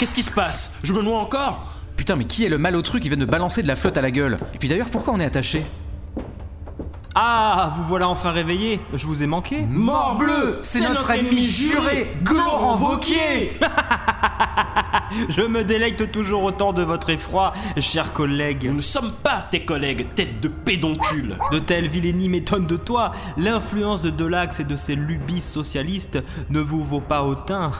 Qu'est-ce qui se passe? Je me noie encore? Putain, mais qui est le malotru qui vient de balancer de la flotte à la gueule? Et puis d'ailleurs, pourquoi on est attaché? Ah, vous voilà enfin réveillé. Je vous ai manqué. Morbleu, c'est notre ennemi juré, Glorant Wauquiez. Je me délecte toujours autant de votre effroi, chers collègues. Nous ne sommes pas tes collègues, tête de pédoncule. De telles vilainies m'étonnent de toi. L'influence de Delax et de ses lubies socialistes ne vous vaut pas autant.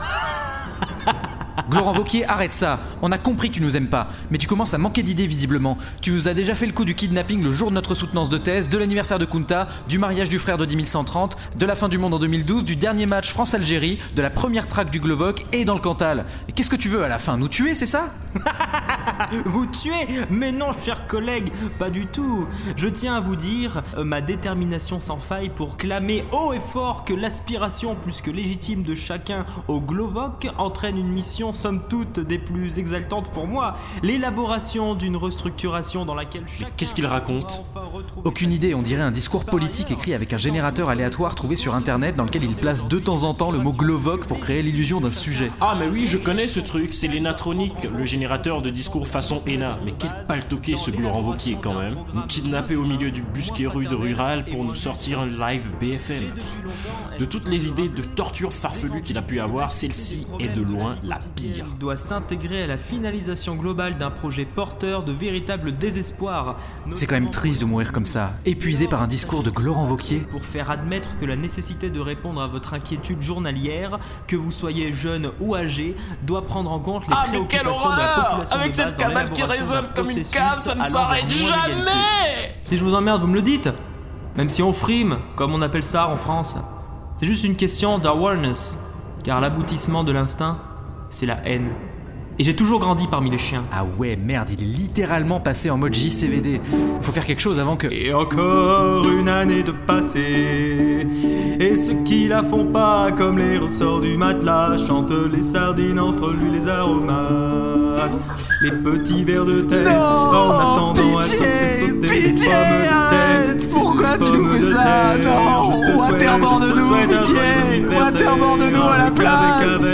Glorant Wauquiez, arrête ça. On a compris que tu nous aimes pas, mais tu commences à manquer d'idées visiblement. Tu nous as déjà fait le coup du kidnapping le jour de notre soutenance de thèse, de l'anniversaire de Kunta, du mariage du frère de 10130, de la fin du monde en 2012, du dernier match France-Algérie, de la première traque du Glovoc et dans le Cantal. Et qu'est-ce que tu veux à la fin? Nous tuer, c'est ça? Vous tuez? Mais non, chers collègues, pas du tout. Je tiens à vous dire ma détermination sans faille pour clamer haut et fort que l'aspiration plus que légitime de chacun au Glovoc entraîne une mission somme toute des plus exaltantes pour moi, l'élaboration d'une restructuration dans laquelle chacun... Mais qu'est-ce qu'il raconte? Aucune idée, on dirait un discours politique écrit avec un générateur aléatoire trouvé sur internet dans lequel il place de temps en temps le mot Glovoc pour créer l'illusion d'un sujet. Ah mais oui, je connais ce truc, c'est l'Enatronic, le générateur de discours façon ENA. Mais quel paltoqué ce Glorant Wauquiez quand même. Nous kidnapper au milieu du Busquets-Rude rural pour nous sortir un live BFM. De toutes les idées de torture farfelues qu'il a pu avoir, celle-ci est de loin la pire. Il doit s'intégrer à la finalisation globale d'un projet porteur de véritable désespoir. C'est quand même triste de mourir comme ça, épuisé par un discours de Glorant Wauquiez. Pour faire admettre que la nécessité de répondre à votre inquiétude journalière, que vous soyez jeune ou âgé, doit prendre en compte les préoccupations de la population avec de cette base dans cabane qui l'élaboration résonne d'un comme une processus cave, ça ne allant s'arrête vers moins d'égalité. jamais. Si je vous emmerde, vous me le dites. Même si on frime, comme on appelle ça en France. C'est juste une question d'awareness, car l'aboutissement de l'instinct, c'est la haine. Et j'ai toujours grandi parmi les chiens. Ah ouais, merde, il est littéralement passé en mode JCVD. Faut faire quelque chose avant que... Et encore une année de passé, et ceux qui la font pas, comme les ressorts du matelas, chantent les sardines entre l'huile et les aromates. Les petits vers de terre, en attendant à sauter les pommes de terre. Pourquoi tu nous fais ça? Non, waterboard-nous, pitié, waterboard-nous à la place.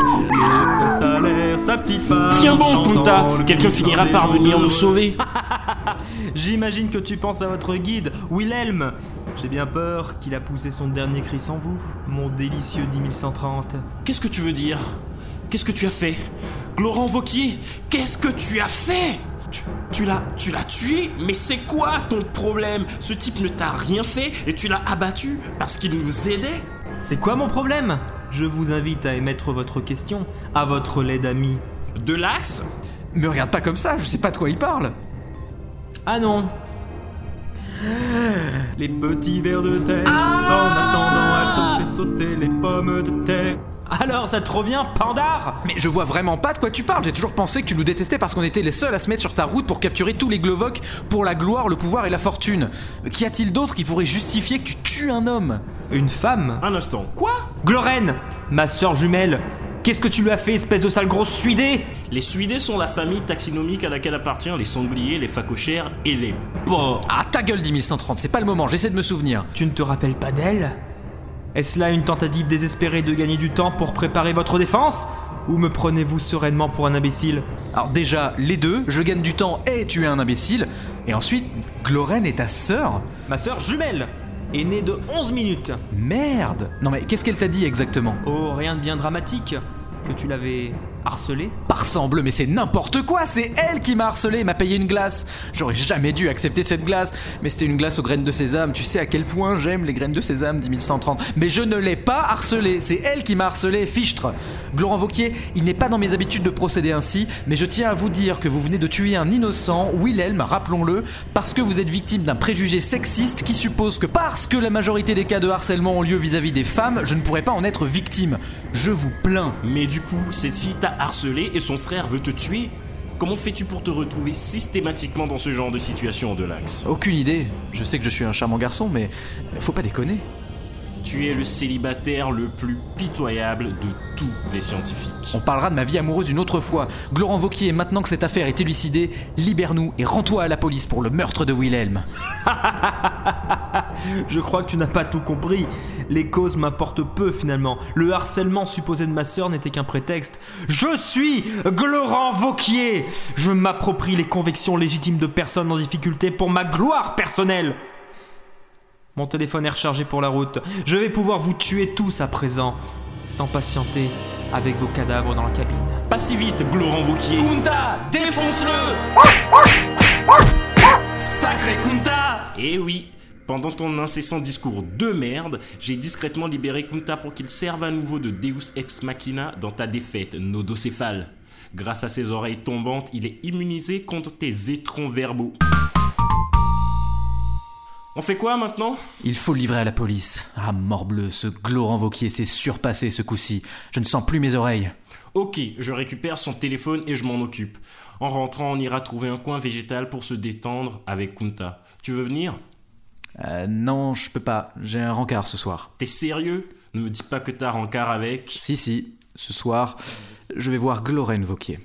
Sa petite femme. Tiens bon, Kunta, quelqu'un finira par venir nous sauver. J'imagine que tu penses à votre guide, Wilhelm. J'ai bien peur qu'il a poussé son dernier cri sans vous, mon délicieux 10130. Qu'est-ce que tu veux dire? Qu'est-ce que tu as fait? Glorant Wauquiez, qu'est-ce que tu as fait? Tu l'as tué? Mais c'est quoi ton problème? Ce type ne t'a rien fait et tu l'as abattu parce qu'il nous aidait? C'est quoi mon problème? Je vous invite à émettre votre question à votre laid ami. Delax? Me regarde pas comme ça, je sais pas de quoi il parle. Ah non. Les petits vers de terre, en attendant à se fait sauter les pommes de terre. Alors ça te revient, Pandar? Mais je vois vraiment pas de quoi tu parles, j'ai toujours pensé que tu nous détestais parce qu'on était les seuls à se mettre sur ta route pour capturer tous les Glovoc pour la gloire, le pouvoir et la fortune. Qu'y a-t-il d'autre qui pourrait justifier que tu tues un homme? Une femme? Un instant, quoi? Glorène, ma sœur jumelle. Qu'est-ce que tu lui as fait, espèce de sale grosse suidée? Les suidés sont la famille taxinomique à laquelle appartiennent les sangliers, les phacochères et les porcs. Ah ta gueule 10130, c'est pas le moment, j'essaie de me souvenir. Tu ne te rappelles pas d'elle? Est-ce là une tentative désespérée de gagner du temps pour préparer votre défense? Ou me prenez-vous sereinement pour un imbécile? Alors déjà, les deux, je gagne du temps et tu es un imbécile. Et ensuite, Glorène est ta sœur? Ma sœur jumelle est née de 11 minutes. Merde! Non mais qu'est-ce qu'elle t'a dit exactement? Oh, rien de bien dramatique. Que tu l'avais harcelée? Parsemble, mais c'est n'importe quoi, c'est elle qui m'a harcelé et m'a payé une glace. J'aurais jamais dû accepter cette glace, mais c'était une glace aux graines de sésame. Tu sais à quel point j'aime les graines de sésame, 10130. Mais je ne l'ai pas harcelée, c'est elle qui m'a harcelé, fichtre. Glorant Wauquiez, il n'est pas dans mes habitudes de procéder ainsi, mais je tiens à vous dire que vous venez de tuer un innocent, Wilhelm, rappelons-le, parce que vous êtes victime d'un préjugé sexiste qui suppose que parce que la majorité des cas de harcèlement ont lieu vis-à-vis des femmes, je ne pourrais pas en être victime. Je vous plains. Mais du coup, cette fille t'a harcelé et son frère veut te tuer? Comment fais-tu pour te retrouver systématiquement dans ce genre de situation, Delax? Aucune idée. Je sais que je suis un charmant garçon, mais faut pas déconner. Tu es le célibataire le plus pitoyable de tous les scientifiques. On parlera de ma vie amoureuse une autre fois. Glorant Wauquiez, maintenant que cette affaire est élucidée, libère-nous et rends-toi à la police pour le meurtre de Wilhelm. Je crois que tu n'as pas tout compris. Les causes m'importent peu finalement. Le harcèlement supposé de ma sœur n'était qu'un prétexte. Je suis Glorant Wauquiez. Je m'approprie les convictions légitimes de personnes en difficulté pour ma gloire personnelle. Mon téléphone est rechargé pour la route. Je vais pouvoir vous tuer tous à présent, sans patienter avec vos cadavres dans la cabine. Pas si vite, Glorant Wauquiez. Kunta, Défonce-le! Sacré Kunta! Eh oui, pendant ton incessant discours de merde, j'ai discrètement libéré Kunta pour qu'il serve à nouveau de Deus Ex Machina dans ta défaite nodocéphale. Grâce à ses oreilles tombantes, il est immunisé contre tes étrons verbaux. On fait quoi maintenant ? Il faut le livrer à la police. Ah morbleu, ce Glorant Wauquiez s'est surpassé ce coup-ci. Je ne sens plus mes oreilles. Ok, je récupère son téléphone et je m'en occupe. En rentrant, on ira trouver un coin végétal pour se détendre avec Kunta. Tu veux venir ? Non, je peux pas. J'ai un rencard ce soir. T'es sérieux ? Ne me dis pas que t'as rencard avec... Si, ce soir, je vais voir Glorant Wauquiez.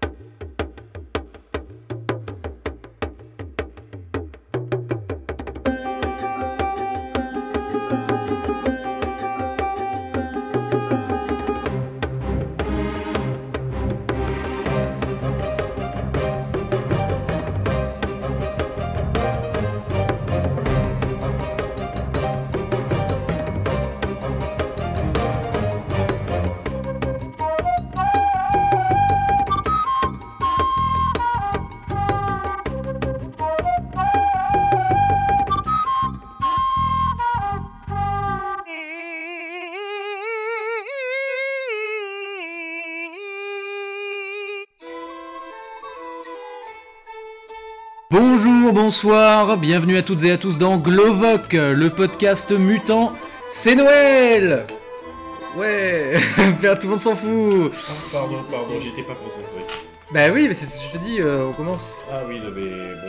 Bonjour, bonsoir, bienvenue à toutes et à tous dans Glovoc, le podcast mutant. C'est Noël! Ouais, tout le monde s'en fout. Pardon, j'étais pas concentré. Bah oui, mais c'est ce que je te dis, on commence. Ah oui, mais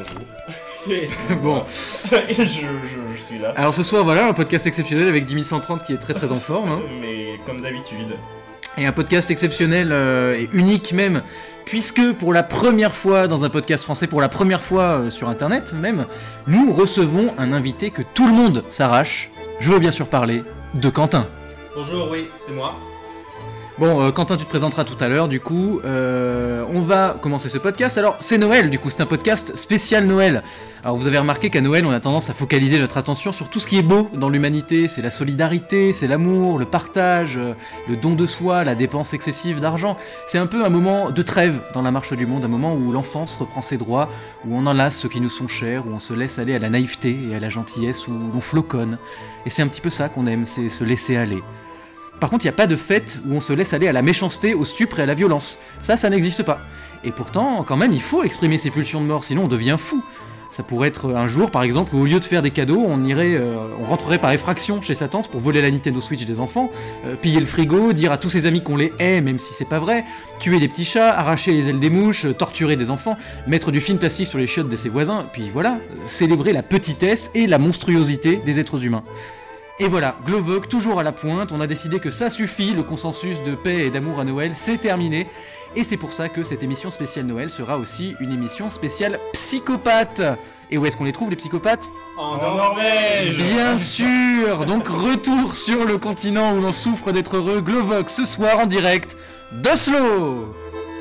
bonjour. Bon. je suis là. Alors ce soir, voilà, un podcast exceptionnel avec 10130 qui est très très en forme. Hein. Mais comme d'habitude. Et un podcast exceptionnel et unique même, puisque pour la première fois dans un podcast français, pour la première fois sur internet même, nous recevons un invité que tout le monde s'arrache. Je veux bien sûr parler de Quentin. Bonjour, oui, c'est moi. Bon, Quentin, tu te présenteras tout à l'heure, du coup, on va commencer ce podcast. Alors, c'est Noël, du coup, c'est un podcast spécial Noël. Alors, vous avez remarqué qu'à Noël, on a tendance à focaliser notre attention sur tout ce qui est beau dans l'humanité. C'est la solidarité, c'est l'amour, le partage, le don de soi, la dépense excessive d'argent. C'est un peu un moment de trêve dans la marche du monde, un moment où l'enfance reprend ses droits, où on enlace ceux qui nous sont chers, où on se laisse aller à la naïveté et à la gentillesse, où l'on floconne. Et c'est un petit peu ça qu'on aime, c'est se laisser aller. Par contre, il n'y a pas de fête où on se laisse aller à la méchanceté, au stupre et à la violence. Ça n'existe pas. Et pourtant, quand même, il faut exprimer ses pulsions de mort, sinon on devient fou. Ça pourrait être un jour, par exemple, où au lieu de faire des cadeaux, on rentrerait par effraction chez sa tante pour voler la Nintendo Switch des enfants, piller le frigo, dire à tous ses amis qu'on les hait, même si c'est pas vrai, tuer des petits chats, arracher les ailes des mouches, torturer des enfants, mettre du film plastique sur les chiottes de ses voisins, puis voilà, célébrer la petitesse et la monstruosité des êtres humains. Et voilà, Glovoc, toujours à la pointe, on a décidé que ça suffit, le consensus de paix et d'amour à Noël, c'est terminé. Et c'est pour ça que cette émission spéciale Noël sera aussi une émission spéciale psychopathe. Et où est-ce qu'on les trouve, les psychopathes ? En Norvège. Bien sûr. Donc retour sur le continent où l'on souffre d'être heureux, Glovoc ce soir en direct d'Oslo.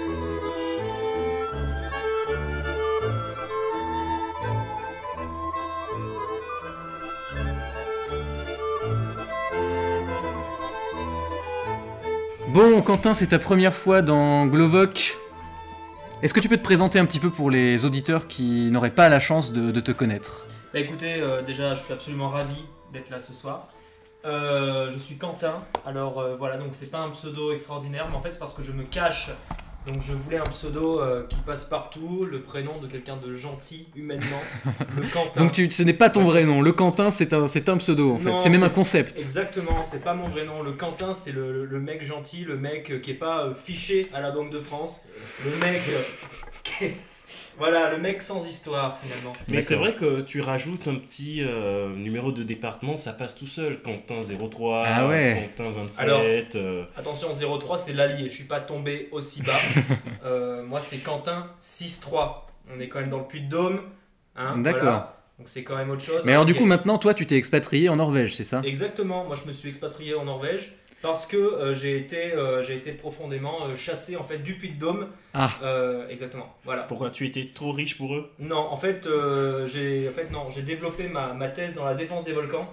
Bon, Quentin, c'est ta première fois dans Glovoc. Est-ce que tu peux te présenter un petit peu pour les auditeurs qui n'auraient pas la chance de te connaître ? Bah écoutez, déjà je suis absolument ravi d'être là ce soir. Je suis Quentin, alors voilà, donc c'est pas un pseudo extraordinaire, mais en fait c'est parce que je me cache. Donc je voulais un pseudo qui passe partout, le prénom de quelqu'un de gentil humainement, le Quentin. Donc ce n'est pas ton vrai nom, le Quentin c'est un pseudo en fait, c'est même un concept. Exactement, c'est pas mon vrai nom, le Quentin c'est le mec gentil, le mec qui est pas fiché à la Banque de France, le mec Voilà, le mec sans histoire finalement. Mais c'est vrai que tu rajoutes un petit numéro de département, ça passe tout seul. Quentin 03, Ah ouais. Quentin 27. Alors, attention, 03 c'est l'allié, je suis pas tombé aussi bas. Moi c'est Quentin 6-3. On est quand même dans le Puy-de-Dôme. Hein, D'accord. Voilà. Donc c'est quand même autre chose. Mais alors du Ok. coup maintenant toi tu t'es expatrié en Norvège, c'est ça? Exactement, moi je me suis expatrié en Norvège parce que j'ai été profondément chassé en fait du Puy-de-Dôme. Ah. Exactement, voilà. Pourquoi tu étais trop riche pour eux? Non, en fait, j'ai développé ma thèse dans la défense des volcans,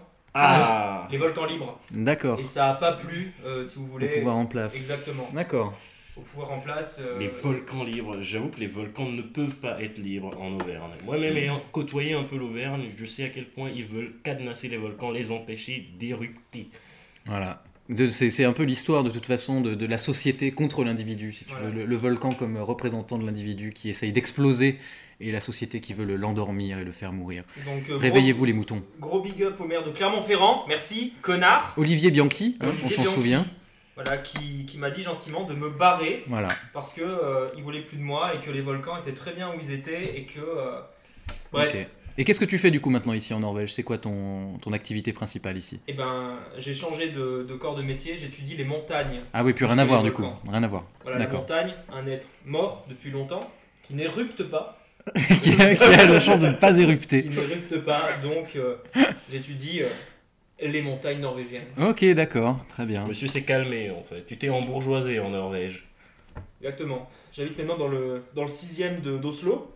Ah. les volcans libres. D'accord. Et ça a pas plu, si vous Au voulez. pouvoir en place. Exactement. D'accord. Au pouvoir en place. Les volcans libres, j'avoue que les volcans ne peuvent pas être libres en Auvergne. Moi-même ayant côtoyé un peu l'Auvergne, je sais à quel point ils veulent cadenasser les volcans, les empêcher d'érupter. Voilà. C'est un peu l'histoire de toute façon de la société contre l'individu, si tu Voilà. veux. Le volcan comme représentant de l'individu qui essaye d'exploser et la société qui veut l'endormir et le faire mourir. Donc, Réveillez-vous les moutons. Gros big up au maire de Clermont-Ferrand, merci, connard. Olivier Bianchi, hein, Olivier on s'en Bianchi. souvient. Voilà, qui m'a dit gentiment de me barrer Voilà. parce que il voulait plus de moi et que les volcans étaient très bien où ils étaient et que bref. Ok. Et qu'est-ce que tu fais du coup maintenant ici en Norvège? C'est quoi ton activité principale ici? Eh ben, j'ai changé de corps de métier, j'étudie les montagnes. Ah oui, puis Parce rien à que voir les du coup. volcans. Rien à voir. Voilà, la D'accord. montagne, un être mort depuis longtemps, qui n'érupte pas, qui a la chance de ne pas qui érupter. n'érupte pas, donc j'étudie les montagnes norvégiennes. Ok, d'accord. Très bien. Monsieur s'est calmé en fait. Tu t'es embourgeoisé en Norvège. Exactement. J'habite maintenant dans le 6e d'Oslo,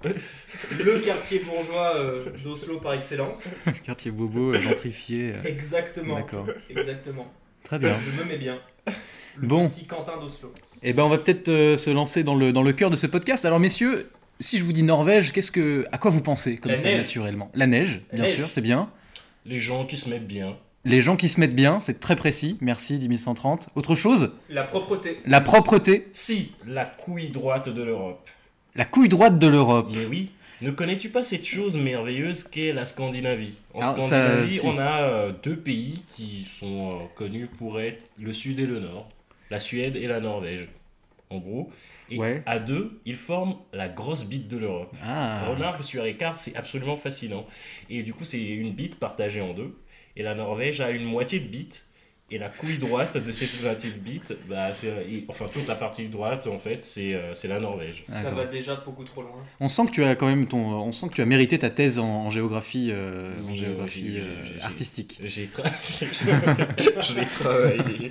le quartier bourgeois d'Oslo par excellence. Quartier bobo, gentrifié. Exactement. D'accord. Exactement. Très bien. Je me mets bien. Le Bon. petit Quentin d'Oslo. Eh ben, on va peut-être se lancer dans le cœur de ce podcast. Alors, messieurs, si je vous dis Norvège, à quoi vous pensez comme La ça neige. naturellement? La neige, La bien neige. sûr, c'est bien. Les gens qui se mettent bien. Les gens qui se mettent bien, c'est très précis. Merci 10130. Autre chose? La propreté. La propreté, Si, la couille droite de l'Europe. la couille droite de l'Europe. Mais oui, ne connais-tu pas cette chose merveilleuse qu'est la Scandinavie? En Ah, ça, Scandinavie, si. on a deux pays qui sont connus pour être le Sud et le Nord, la Suède et la Norvège, en gros. Et Ouais. à deux, ils forment la grosse bite de l'Europe. Ah, Remarque sur les cartes, c'est absolument fascinant. Et du coup, c'est une bite partagée en deux. Et la Norvège a une moitié de bite. Et la couille droite de cette moitié de bite, enfin toute la partie droite, en fait, c'est la Norvège. Ça D'accord. va déjà beaucoup trop loin. on sent que tu as quand même on sent que tu as mérité ta thèse en géographie, Oui, j'ai- artistique. Je l'ai travaillé.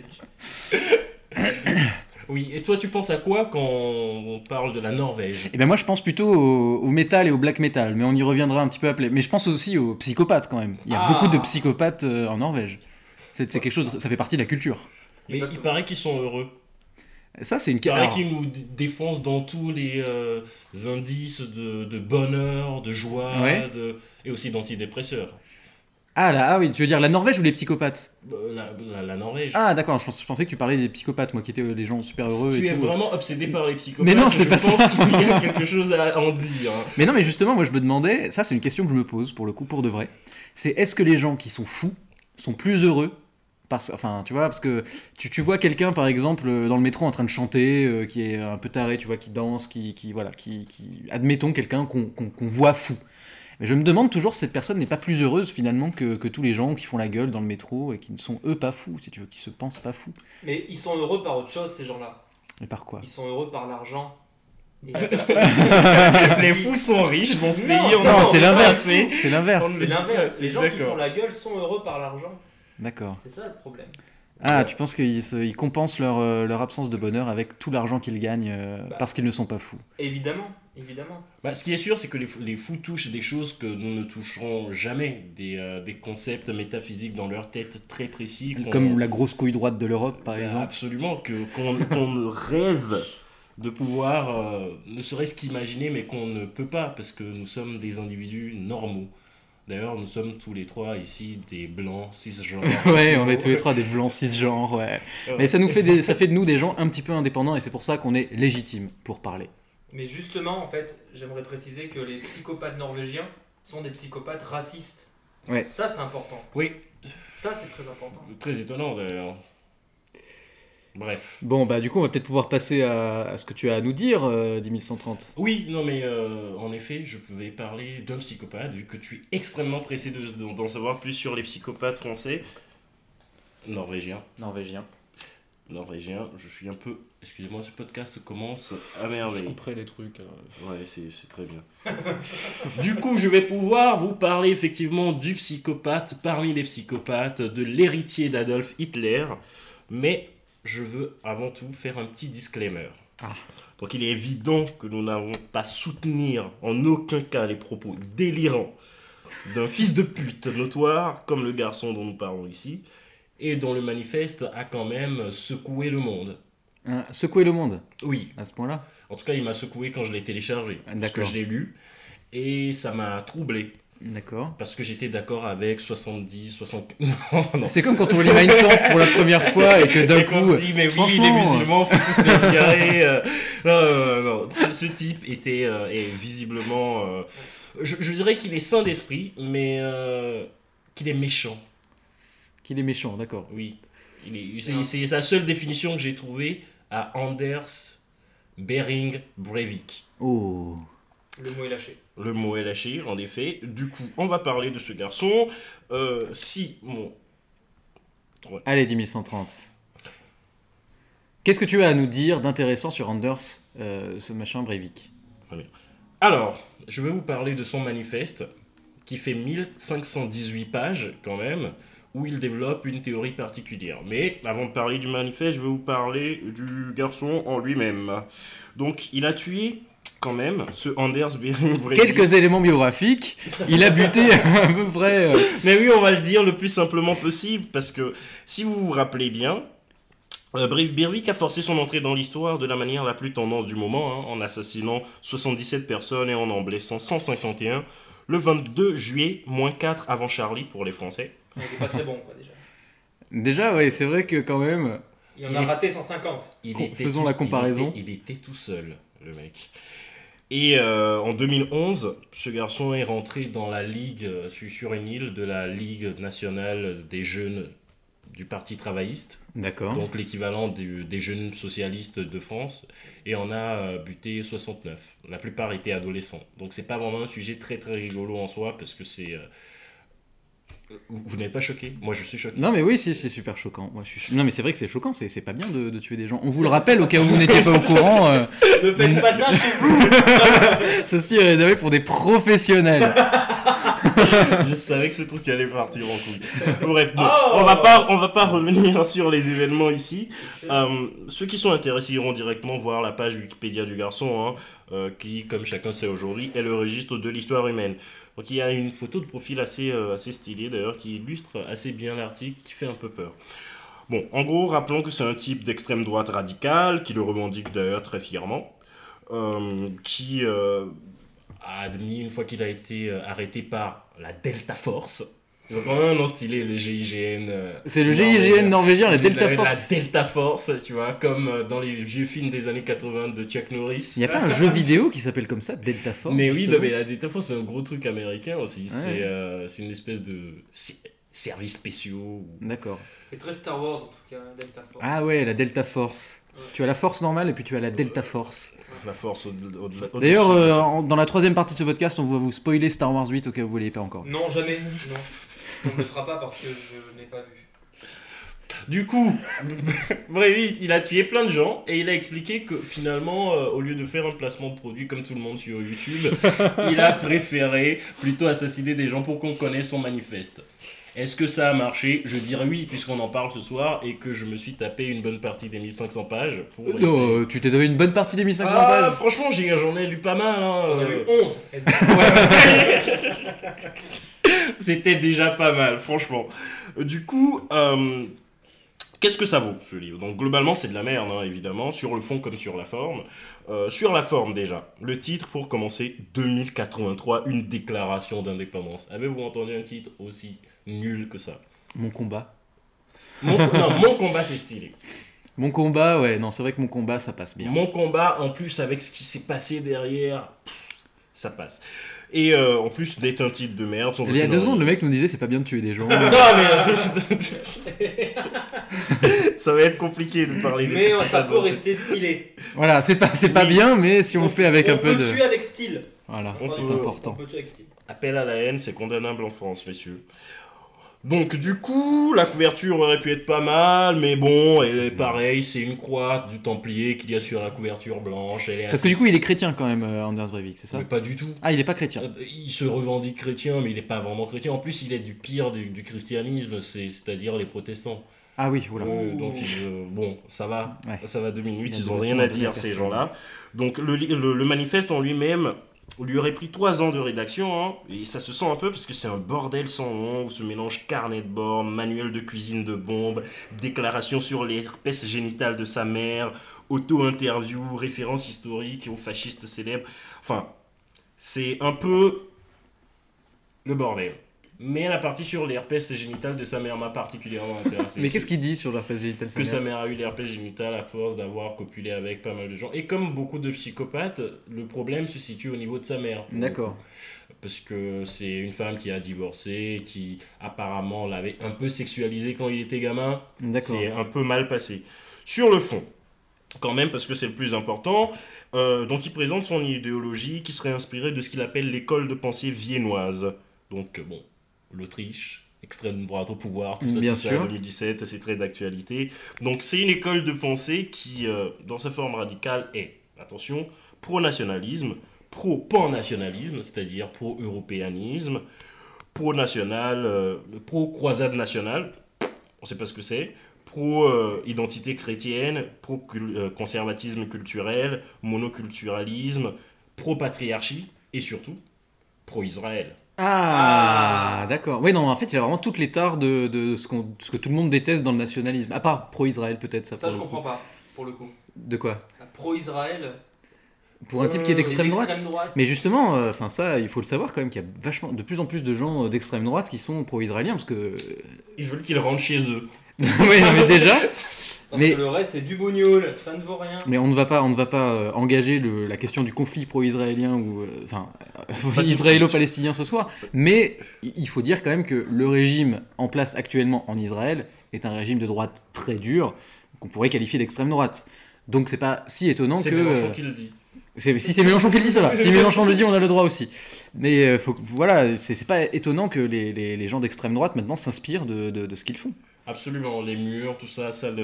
Oui, et toi, tu penses à quoi quand on parle de la Norvège? Eh ben moi je pense plutôt au métal et au black metal, mais on y reviendra un petit peu après. Mais je pense aussi aux psychopathes quand même. Il y a Ah. beaucoup de psychopathes en Norvège. C'est quelque chose, ça fait partie de la culture. Mais il paraît qu'ils sont heureux. Ça c'est une Il paraît alors, qu'ils nous défoncent dans tous les indices de bonheur, de joie, Ouais. et aussi d'antidépresseurs. ah oui, tu veux dire la Norvège ou les psychopathes? La Norvège. Ah d'accord, je pensais que tu parlais des psychopathes, moi qui étaient les gens super heureux Tu et es tout. vraiment obsédé par les psychopathes. Mais non, c'est pas Je pense ça. qu'il y a quelque chose à en dire. Mais non, mais justement, moi je me demandais, ça c'est une question que je me pose pour le coup, pour de vrai. C'est est-ce que les gens qui sont fous sont plus heureux enfin, tu vois, parce que tu vois quelqu'un par exemple dans le métro en train de chanter, qui est un peu taré, tu vois, qui danse, voilà, admettons quelqu'un qu'on voit fou. Mais je me demande toujours si cette personne n'est pas plus heureuse finalement que tous les gens qui font la gueule dans le métro et qui ne sont eux pas fous, si tu veux, qui se pensent pas fous. Mais ils sont heureux par autre chose, ces gens-là. Mais par quoi? Ils sont heureux par l'argent. Et- Les fous sont riches dans ce Non, pays. on Non, en c'est sait pas l'inverse. assez. C'est l'inverse. C'est l'inverse. Les gens qui D'accord. font la gueule sont heureux par l'argent. D'accord. C'est ça le problème. Ah, tu penses qu'ils compensent leur absence de bonheur avec tout l'argent qu'ils gagnent parce qu'ils ne sont pas fous. Évidemment, évidemment. Bah, ce qui est sûr, c'est que les fous touchent des choses que nous ne toucherons jamais, des concepts métaphysiques dans leur tête très précis. Comme la grosse couille droite de l'Europe, par exemple. Absolument, qu'on rêve de pouvoir, ne serait-ce qu'imaginer, mais qu'on ne peut pas, parce que nous sommes des individus normaux. D'ailleurs, nous sommes tous les trois ici des blancs cisgenres. Ouais, on est tous les trois des blancs cisgenres, ouais. Mais ça fait de nous des gens un petit peu indépendants et c'est pour ça qu'on est légitimes pour parler. Mais justement, en fait, j'aimerais préciser que les psychopathes norvégiens sont des psychopathes racistes. Ouais. Ça, c'est important. Oui, Ça, c'est très important. très étonnant d'ailleurs. Bref. Bon, bah du coup, on va peut-être pouvoir passer à ce que tu as à nous dire, 10130. Oui, non mais en effet, je pouvais parler d'un psychopathe, vu que tu es extrêmement pressé d'en savoir plus sur les psychopathes français. Norvégien, je suis un peu... Excusez-moi, ce podcast commence à merveille. Je couperai les trucs. Ouais, c'est très bien. Du coup, je vais pouvoir vous parler effectivement du psychopathe, parmi les psychopathes, de l'héritier d'Adolf Hitler, mais je veux avant tout faire un petit disclaimer. Ah. Donc il est évident que nous n'avons pas soutenir en aucun cas les propos délirants d'un fils de pute notoire comme le garçon dont nous parlons ici, et dont le manifeste a quand même secoué le monde. Secouer le monde, Oui, à ce point-là. en tout cas il m'a secoué quand je l'ai téléchargé, parce que D'accord. je l'ai lu, et ça m'a troublé. D'accord. Parce que j'étais d'accord avec 70, 60... non. C'est comme quand on lit Mein Kampf pour la première fois et que d'un Et qu'on coup... se dit, mais oui, franchement, les musulmans, faut tous les virer. Non. Ce type était est visiblement... je dirais qu'il est sain d'esprit, mais qu'il est méchant. Qu'il est méchant, d'accord. Oui. C'est la seule définition que j'ai trouvée à Anders Behring Breivik. Oh. Le mot est lâché. Le mot est lâché, en effet. Du coup, on va parler de ce garçon. Allez, 10130. Qu'est-ce que tu as à nous dire d'intéressant sur Anders, ce machin Breivik? Alors, je vais vous parler de son manifeste, qui fait 1518 pages, quand même, où il développe une théorie particulière. Mais, avant de parler du manifeste, je vais vous parler du garçon en lui-même. Donc, il a tué... quand même, ce Anders Behring Breivik. Quelques éléments biographiques. Il a buté à peu près... Mais oui, on va le dire le plus simplement possible, parce que si vous vous rappelez bien, Breivik a forcé son entrée dans l'histoire de la manière la plus tendance du moment, en assassinant 77 personnes et en blessant 151, le 22 juillet, -4 avant Charlie pour les Français. Il était pas très bon, quoi, déjà. Déjà, ouais, c'est vrai que quand même... Il en a raté 150. Faisons la comparaison. Il était tout seul, le mec. Et en 2011, ce garçon est rentré dans la ligue, sur une île de la Ligue nationale des jeunes du Parti travailliste, D'accord. donc l'équivalent des jeunes socialistes de France, et en a buté 69. La plupart étaient adolescents. Donc c'est pas vraiment un sujet très très rigolo en soi, parce que c'est... Vous n'êtes pas choqué? Moi je suis choqué. Non mais oui, si, c'est super choquant. Moi, Non mais c'est vrai que c'est choquant, c'est pas bien de tuer des gens. On vous le rappelle au cas où vous n'étiez pas au courant. Ne faites pas ça chez vous. Ceci est réservé pour des professionnels. Je savais que ce truc allait partir en couille. Bref, bon, on va pas revenir sur les événements ici. Ceux qui sont intéressés iront directement voir la page Wikipédia du garçon, qui, comme chacun sait aujourd'hui, est le registre de l'histoire humaine. Donc il y a une photo de profil assez stylée d'ailleurs, qui illustre assez bien l'article, qui fait un peu peur. Bon, en gros, rappelons que c'est un type d'extrême droite radicale, qui le revendique d'ailleurs très fièrement, qui... a admis une fois qu'il a été arrêté par la Delta Force. Ils ont quand même un nom stylé, le GIGN. C'est le GIGN norvégien, la Delta Force. La Delta Force, tu vois, comme dans les vieux films des années 80 de Chuck Norris. Il n'y a pas un jeu vidéo qui s'appelle comme ça, Delta Force? Mais oui, justement. mais la Delta Force, c'est un gros truc américain aussi. Ouais. C'est une espèce de services spéciaux. D'accord. Ça fait très Star Wars en tout cas, Delta Force. Ah ouais, la Delta Force. Tu as la force normale et puis tu as la Delta Force. La force au-delà. D'ailleurs, dans la troisième partie de ce podcast, on va vous spoiler Star Wars 8 au cas où vous ne l'ayez pas encore. Non, jamais. Non. On ne le fera pas parce que je n'ai pas vu. Du coup, Breivik, il a tué plein de gens et il a expliqué que finalement, au lieu de faire un placement de produit comme tout le monde sur YouTube, il a préféré plutôt assassiner des gens pour qu'on connaisse son manifeste. Est-ce que ça a marché? Je dirais oui, puisqu'on en parle ce soir et que je me suis tapé une bonne partie des 1500 pages. Non, tu t'es donné une bonne partie des 1500 pages. Franchement, j'en ai lu pas mal. On a eu 11. C'était déjà pas mal, franchement. Du coup, qu'est-ce que ça vaut, ce livre? Donc, globalement, c'est de la merde, évidemment, sur le fond comme sur la forme. Sur la forme, déjà, le titre, pour commencer, 2083, une déclaration d'indépendance. Avez-vous entendu un titre aussi nul que ça? Mon combat. Mon combat, c'est stylé. Mon combat, ouais, non, c'est vrai que mon combat, ça passe bien. Mon combat, en plus, avec ce qui s'est passé derrière... ça passe. Et en plus, d'être un type de merde. Il y a 2 secondes, le mec nous disait c'est pas bien de tuer des gens. Non, mais ça va être compliqué de parler de Mais ça peut rester stylé. Voilà, c'est pas bien, mais si on fait avec un peu de. On peut tuer avec style. Voilà, On c'est peut- important. On peut tuer avec style. Appel à la haine, c'est condamnable en France, messieurs. Donc du coup, la couverture aurait pu être pas mal, mais bon, elle est pareil, c'est une croix du Templier qu'il y a sur la couverture blanche. Elle est Parce que du coup, il est chrétien quand même, Anders Breivik, c'est ça? mais pas du tout. Ah, il est pas chrétien. Il se revendique chrétien, mais il n'est pas vraiment chrétien. En plus, il est du pire du christianisme, c'est-à-dire les protestants. Ah oui, voilà. Donc, bon, ça va, Ouais. ça va 2 minutes, Il y a ils n'ont de rien leçons à à donner dire, à ces personne. gens-là. Donc, le manifeste en lui-même lui aurait pris 3 ans de rédaction, hein, et ça se sent un peu parce que c'est un bordel sans nom, où se mélange carnet de bord, manuel de cuisine de bombe, déclaration sur l'herpès génitale de sa mère, auto-interview, référence historique aux fascistes célèbres. Enfin, c'est un peu le bordel. Mais la partie sur l'herpès génitale de sa mère m'a particulièrement intéressé. Mais qu'est-ce qu'il dit sur l'herpès génital Que sa mère a eu l'herpès génital à force d'avoir copulé avec pas mal de gens. Et comme beaucoup de psychopathes, le problème se situe au niveau de sa mère. D'accord. Parce que c'est une femme qui a divorcé, qui apparemment l'avait un peu sexualisé quand il était gamin. D'accord. C'est un peu mal passé. Sur le fond, quand même, parce que c'est le plus important, donc il présente son idéologie qui serait inspirée de ce qu'il appelle l'école de pensée viennoise. Donc bon, l'Autriche, extrême droite au pouvoir, tout ça, Bien tout ça, sûr. 2017, c'est très d'actualité. Donc c'est une école de pensée qui, dans sa forme radicale, est, attention, pro-nationalisme, pro-pan-nationalisme, c'est-à-dire pro-européanisme, pro-national, pro-croisade nationale, on ne sait pas ce que c'est, pro-identité chrétienne, pro-conservatisme culturel, monoculturalisme, pro-patriarchie et surtout pro-Israël. Ah, d'accord. Oui, non, en fait, il y a vraiment toutes les tares de ce que tout le monde déteste dans le nationalisme. À part pro-Israël, peut-être. Ça, Ça, pour je le comprends coup. pas, pour le coup. De quoi? Pro-Israël. Pour un type qui est d'extrême droite. droite. Mais justement, enfin ça, il faut le savoir quand même qu'il y a vachement, de plus en plus de gens d'extrême droite qui sont pro-israéliens, parce que... Ils veulent qu'ils rentrent chez eux. oui, non, mais déjà... Parce mais- que le reste, c'est du bougnoul, ça ne vaut rien. Mais on ne va pas engager la question du conflit pro-israélien ou israélo-palestinien ce soir. Mais il faut dire quand même que le régime en place actuellement en Israël est un régime de droite très dur, qu'on pourrait qualifier d'extrême droite. Donc c'est pas si étonnant C'est que... Mélenchon qui le dit. Si c'est Mélenchon qui le dit, ça va. Si Mélenchon le dit, on a le droit aussi. Mais voilà, c'est pas étonnant que les gens d'extrême droite maintenant s'inspirent de ce qu'ils font. Absolument, les murs, tout ça, Ça,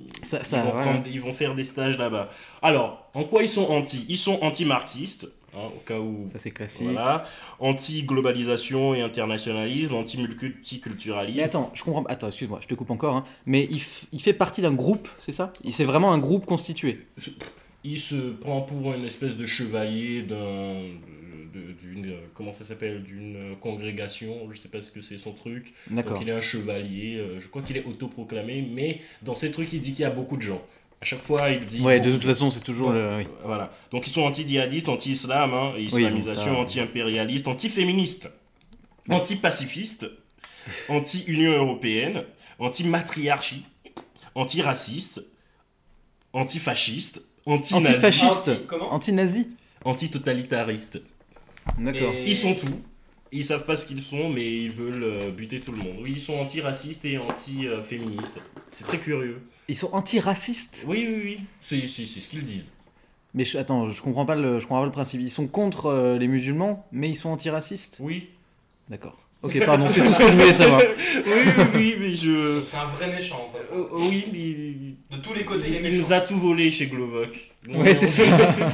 ils vont faire des stages là-bas. Alors, en quoi ils sont anti? Ils sont anti-marxistes, hein, au cas où... Ça c'est classique. Voilà. Anti-globalisation et internationalisme, Mais anti-multiculturalisme. attends, je comprends. Attends, excuse-moi, je te coupe encore. Hein. Mais il fait partie d'un groupe, c'est ça? C'est vraiment un groupe constitué. Il se prend pour une espèce de chevalier d'une comment ça s'appelle, d'une congrégation, je sais pas ce que c'est son truc. D'accord. Donc il est un chevalier, je crois qu'il est autoproclamé, mais dans ces trucs il dit qu'il y a beaucoup de gens. À chaque fois il dit... Ouais, de toute façon, c'est toujours le. Oui. Voilà. Donc ils sont anti-djihadistes, anti-islam, hein, et islamisation, bon, ça- anti-impérialiste, anti-féministe, Merci. anti-pacifiste, anti-Union européenne, anti-matriarchie, anti-raciste, anti-fasciste, anti-nazi, Antifasciste. Comment Anti-nazi. anti-totalitariste. D'accord. Et- Ils sont tout. Ils savent pas ce qu'ils font, mais ils veulent buter tout le monde. Oui, ils sont anti-racistes et anti-féministes. C'est très curieux. Ils sont antiracistes. Oui. C'est ce qu'ils disent. Mais attends, je comprends pas le principe. Ils sont contre les musulmans, mais ils sont antiracistes. Oui. D'accord. Ok, pardon, c'est tout ce que je voulais savoir. oui, mais je... C'est un vrai méchant. quoi. oui, mais... De tous les côtés, il est Il méchant. nous a tout volé chez Glovoc. Ouais, c'est ça.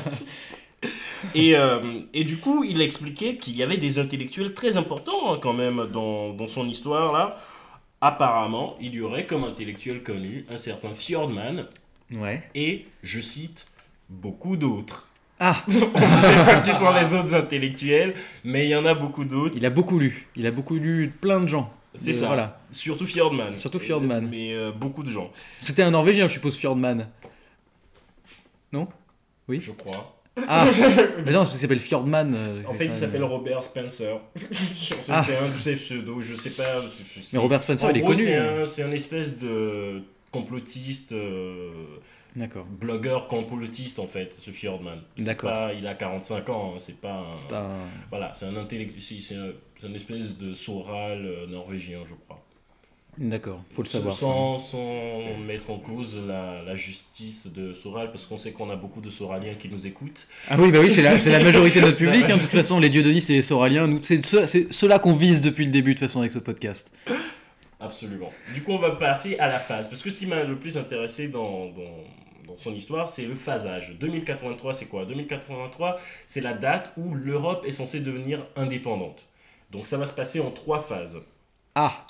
Et du coup, il a expliqué qu'il y avait des intellectuels très importants hein, quand même dans son histoire là. Apparemment, il y aurait comme intellectuel connu un certain Fjordman Ouais. et, je cite, beaucoup d'autres. Ah, On ne sait pas qui sont les autres intellectuels, mais il y en a beaucoup d'autres. il a beaucoup lu. Il a beaucoup lu plein de gens. C'est ça. Voilà. Surtout Fjordman. Surtout Fjordman. Mais beaucoup de gens, C'était un Norvégien, je suppose, Fjordman. Non? Oui. je crois. Ah, mais non, parce qu'il s'appelle Fjordman. En fait, il s'appelle Robert Spencer. Ah. C'est un de ses pseudos, je sais pas. Mais Robert Spencer, En il est gros, connu. c'est un espèce de complotiste, D'accord. blogueur complotiste en fait, ce Fjordman. D'accord. Il a 45 ans, hein, c'est pas un... C'est pas un- Voilà, c'est un intellectuel, c'est une espèce de Soral norvégien, je crois. D'accord, faut le savoir. ça. Sans mettre en cause la justice de Soral, parce qu'on sait qu'on a beaucoup de Soraliens qui nous écoutent. Ah oui, bah oui, c'est la majorité de notre public. Hein. De toute façon, les dieudonnistes et les soraliens, nous, c'est ceux-là qu'on vise depuis le début, de toute façon, avec ce podcast. Absolument. Du coup, on va passer à la phase, parce que ce qui m'a le plus intéressé dans son histoire, c'est le phasage. 2083, c'est quoi? 2083, c'est la date où l'Europe est censée devenir indépendante. Donc ça va se passer en 3 phases. Ah,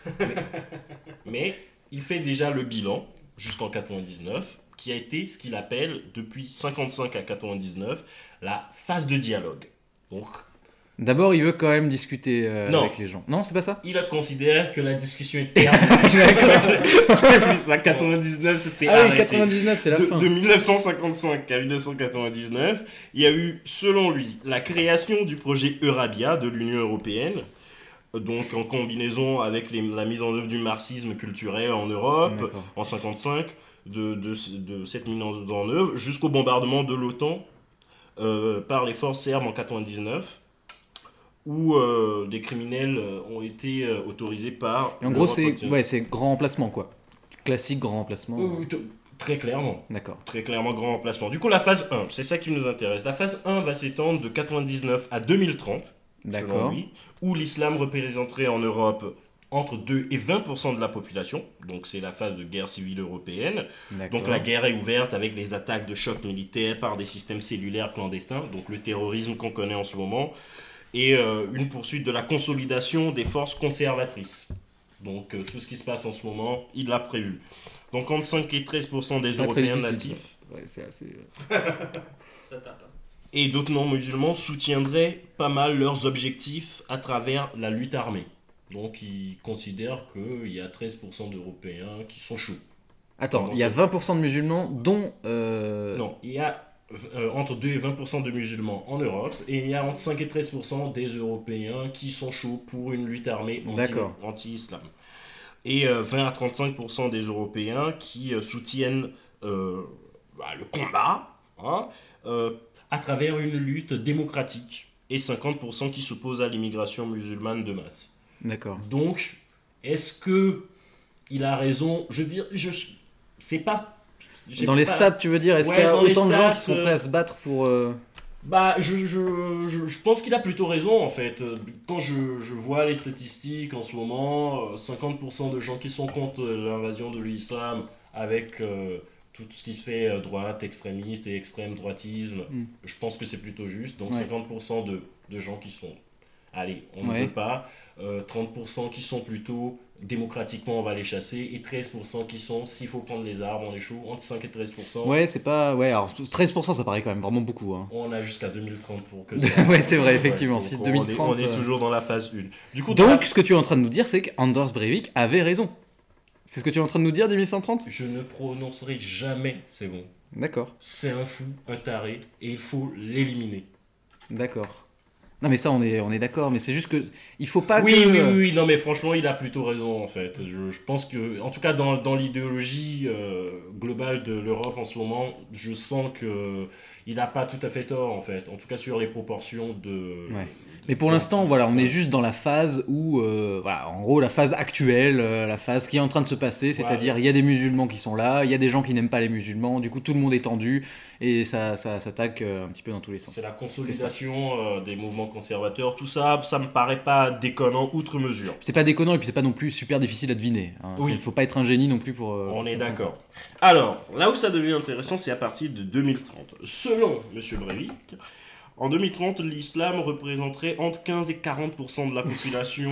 Mais il fait déjà le bilan jusqu'en 99, qui a été ce qu'il appelle, depuis 55 à 99, la phase de dialogue. Donc, d'abord, il veut quand même discuter Non. avec les gens. Non, c'est pas ça? il considère que la discussion est terminée. C'est plus ça, 99, ça s'est Ah oui, arrêté. 99, c'est la fin. De 1955 à 1999, il y a eu, selon lui, la création du projet Eurabia de l'Union européenne, donc en combinaison avec la mise en œuvre du marxisme culturel en Europe, D'accord. en 55, de cette mise en œuvre, jusqu'au bombardement de l'OTAN par les forces serbes en 99, où des criminels ont été autorisés par... Et en gros, l'Europe entière. c'est grand remplacement, quoi. Classique grand remplacement. Très clairement. D'accord. Très clairement, grand remplacement. Du coup, la phase 1, c'est ça qui nous intéresse. La phase 1 va s'étendre de 99 à 2030, selon D'accord. lui, où l'islam représenterait en Europe entre 2 et 20% de la population. Donc, c'est la phase de guerre civile européenne. D'accord. Donc, la guerre est ouverte avec les attaques de chocs militaires par des systèmes cellulaires clandestins, donc le terrorisme qu'on connaît en ce moment, et une poursuite de la consolidation des forces conservatrices. Donc, tout ce qui se passe en ce moment, il l'a prévu. Donc, entre 5 et 13% des Pas très Européens difficile, natifs Ouais, c'est assez... Ça tape. et d'autres non-musulmans soutiendraient pas mal leurs objectifs à travers la lutte armée. Donc, ils considèrent qu'il y a 13% d'Européens qui sont chauds. Attends, Comment il y a ça 20% de musulmans, dont... Non, il y a entre 2 et 20% de musulmans en Europe, et il y a entre 5 et 13% des Européens qui sont chauds pour une lutte armée D'accord. anti-islam. Et 20 à 35% des Européens qui soutiennent le combat, hein, à travers une lutte démocratique, et 50% qui s'opposent à l'immigration musulmane de masse. D'accord. Donc, est-ce que il a raison? Je veux dire, c'est pas... j'ai Dans les pas- stats, tu veux dire, est-ce Ouais, qu'il y a dans les autant de gens qui stats, sont prêts à se battre pour... Bah, je pense qu'il a plutôt raison en fait. Quand je vois les statistiques en ce moment, 50% de gens qui sont contre l'invasion de l'islam avec tout ce qui se fait droite, extrémiste et extrême droitisme, je pense que c'est plutôt juste. Donc Ouais. 50% de gens qui sont, allez, on ne Ouais. veut pas, 30% qui sont plutôt démocratiquement on va les chasser, et 13% qui sont s'il faut prendre les armes, on est chaud, entre 5 et 13%. Ouais, c'est pas... Ouais, alors 13%, ça paraît quand même vraiment beaucoup. Hein. On a jusqu'à 2030 pour que Ouais, c'est vrai, effectivement, donc si on 2030, on est toujours dans la phase 1. Du coup, Donc, ce que tu es en train de nous dire, c'est qu'Anders Breivik avait raison. C'est ce que tu es en train de nous dire, 2130 je ne prononcerai jamais, c'est bon. D'accord, C'est un fou, un taré, et il faut l'éliminer. d'accord. Non mais ça, on est d'accord, mais c'est juste que... Il faut pas Oui, que... oui, oui, non mais franchement, il a plutôt raison en fait. Je pense que, en tout cas dans l'idéologie globale de l'Europe en ce moment, je sens que il n'a pas tout à fait tort en fait. En tout cas sur les proportions de... Ouais. Mais pour l'instant, voilà, on est juste dans la phase où, voilà, en gros, la phase actuelle, la phase qui est en train de se passer, c'est-à-dire il y a des musulmans qui sont là, il y a des gens qui n'aiment pas les musulmans, du coup tout le monde est tendu et ça s'attaque un petit peu dans tous les sens. C'est la consolidation des mouvements conservateurs. Tout ça, ça me paraît pas déconnant outre mesure. C'est pas déconnant et puis c'est pas non plus super difficile à deviner. Hein. Oui. Il faut pas être un génie non plus pour. On est comprendre d'accord. Alors, là où ça devient intéressant, c'est à partir de 2030. Selon M. Breivik, en 2030, l'islam représenterait entre 15 et 40% de la population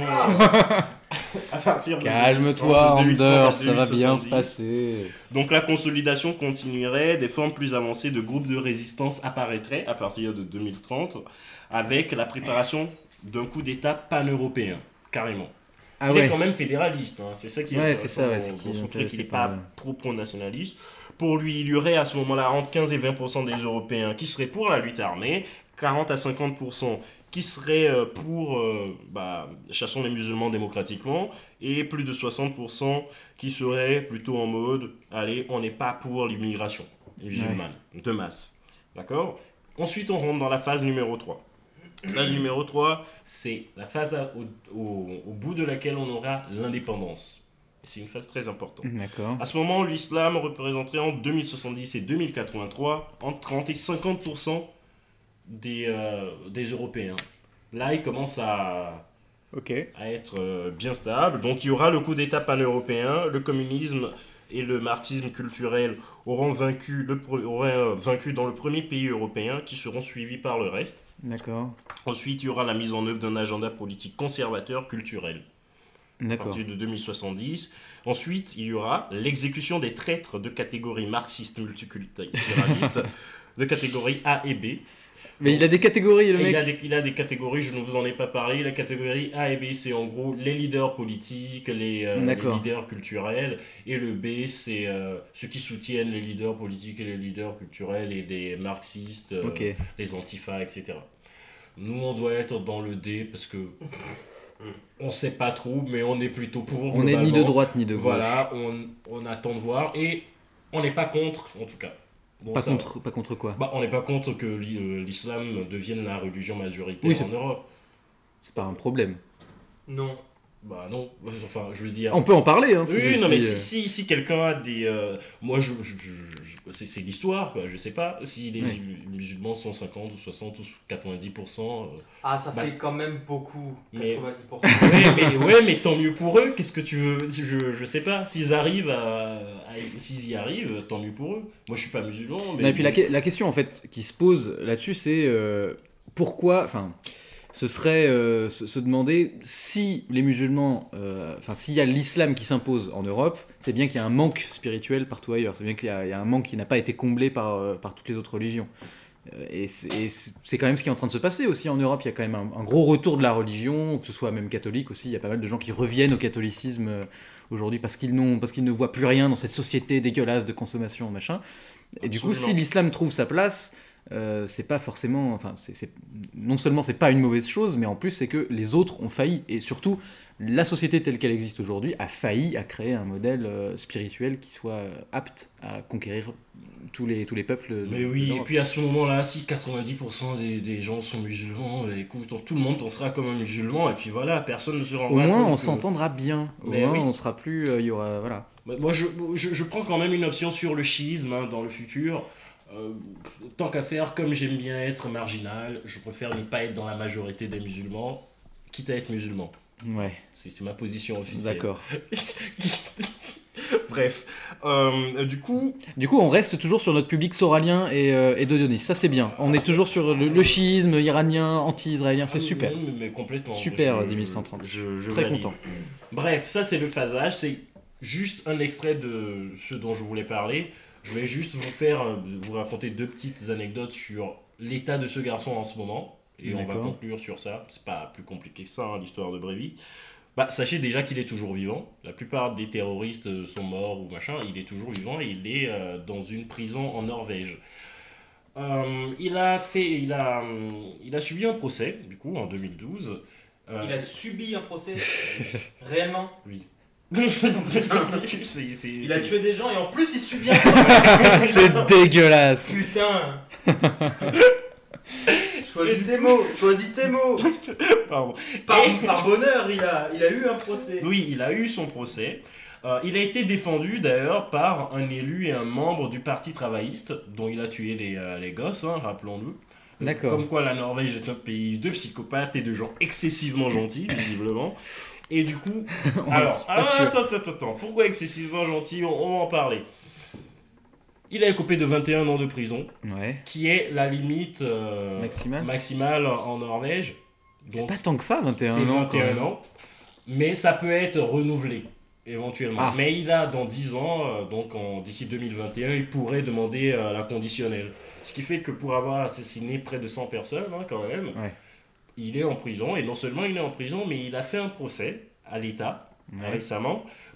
à partir de ça. Calme-toi, entre 2030 à Anders, ça va bien 2070. se passer. Donc la consolidation continuerait, des formes plus avancées de groupes de résistance apparaîtraient à partir de 2030, avec la préparation d'un coup d'État pan-européen, carrément. Ah Il est ouais. quand même fédéraliste, hein. C'est ça qui est Ouais, intéressant c'est ça, ouais, dans- c'est dans qui est son truc, intéressé il n'est par pas le- trop pro-nationaliste. Pour lui, il y aurait à ce moment-là entre 15 et 20% des Européens qui seraient pour la lutte armée, 40 à 50% qui serait pour chassons les musulmans démocratiquement, et plus de 60% qui seraient plutôt en mode allez, on n'est pas pour l'immigration musulmane de masse. D'accord ? Ensuite, on rentre dans la phase numéro 3. Phase numéro 3, c'est la phase au bout de laquelle on aura l'indépendance. Et c'est une phase très importante. D'accord. À ce moment, l'islam représenterait en 2070 et 2083 entre 30 et 50% des Européens. Là, il commence à être bien stable. Donc, il y aura le coup d'État pan-européen, le communisme et le marxisme culturel auront vaincu dans le premier pays européen, qui seront suivis par le reste. D'accord. Ensuite, il y aura la mise en œuvre d'un agenda politique conservateur culturel. À partir de 2070. Ensuite, il y aura l'exécution des traîtres de catégorie marxiste multiculturaliste de catégorie A et B. Mais donc, il a des catégories, le mec. Il a des catégories, je ne vous en ai pas parlé. La catégorie A et B, c'est en gros les leaders politiques, les leaders culturels. Et le B, c'est ceux qui soutiennent les leaders politiques et les leaders culturels et des marxistes, les antifas, etc. Nous, on doit être dans le D parce que on sait pas trop, mais on est plutôt pour. On n'est ni de droite ni de gauche. Voilà, on attend de voir et on n'est pas contre, en tout cas. Bon, pas contre quoi ? On n'est pas contre que l'islam devienne la religion majoritaire en Europe. C'est pas un problème. Non. Bah non, enfin je veux dire... On peut en parler, hein. Mais si quelqu'un a des... moi, c'est l'histoire, quoi, je sais pas. Si les musulmans sont 50 ou 60 ou 90%... ça fait quand même beaucoup, 90%. mais tant mieux pour eux, qu'est-ce que tu veux ? Je sais pas, s'ils y arrivent, tant mieux pour eux. Moi, je suis pas musulman, mais... Non, et puis la question, en fait, qui se pose là-dessus, c'est pourquoi... Ce serait se demander si les musulmans, s'il y a l'islam qui s'impose en Europe, c'est bien qu'il y a un manque spirituel partout ailleurs. C'est bien qu'il y a un manque qui n'a pas été comblé par toutes les autres religions. Et c'est quand même ce qui est en train de se passer aussi en Europe. Il y a quand même un gros retour de la religion, que ce soit même catholique aussi. Il y a pas mal de gens qui reviennent au catholicisme aujourd'hui parce qu'ils ne voient plus rien dans cette société dégueulasse de consommation, machin. Et du coup, si l'islam trouve sa place... c'est pas forcément, non seulement c'est pas une mauvaise chose, mais en plus c'est que les autres ont failli, et surtout la société telle qu'elle existe aujourd'hui a failli à créer un modèle spirituel qui soit apte à conquérir tous les peuples. Mais oui, et puis à ce moment-là, si 90% des gens sont musulmans, écoute, tout le monde pensera comme un musulman, et puis voilà, personne ne se rendra compte. Au moins on s'entendra bien, on sera plus, il y aura, voilà. Moi je prends quand même une option sur le chiisme dans le futur. Tant qu'à faire, comme j'aime bien être marginal, je préfère ne pas être dans la majorité des musulmans, quitte à être musulman. Ouais. C'est ma position officielle. D'accord. Bref. Du coup, on reste toujours sur notre public soralien et Dodionis. Ça, c'est bien. On est toujours sur le chiisme iranien, anti-israélien. C'est super. Mais complètement. Super, 10130. Très content. Bref, ça, c'est le phasage. C'est juste un extrait de ce dont je voulais parler. Je vais juste vous raconter 2 petites anecdotes sur l'état de ce garçon en ce moment. Et on va conclure sur ça. C'est pas plus compliqué que ça, l'histoire de Breivik. Sachez déjà qu'il est toujours vivant. La plupart des terroristes sont morts ou machin. Il est toujours vivant et il est dans une prison en Norvège. Il a subi un procès, du coup, en 2012. Il a subi un procès réellement ? Oui. Il a tué des gens et en plus il subit un procès. C'est dégueulasse. Putain. Choisis tes mots. Pardon. Par bonheur, il a eu un procès. Oui, il a eu son procès. Il a été défendu d'ailleurs par un élu et un membre du Parti travailliste dont il a tué les gosses, rappelons-le. D'accord. Comme quoi la Norvège est un pays de psychopathes et de gens excessivement gentils, visiblement. Et du coup... Alors, attends. Pourquoi excessivement gentil ? On va en parler. Il a écopé de 21 ans de prison, qui est la limite maximale en Norvège. Donc, c'est pas tant que ça, 21 ans. C'est 21 ans, mais ça peut être renouvelé, éventuellement. Mais il a dans 10 ans, d'ici 2021, il pourrait demander la conditionnelle. Ce qui fait que pour avoir assassiné près de 100 personnes, quand même, il est en prison. Et non seulement il est en prison, mais il a fait un procès à l'État récemment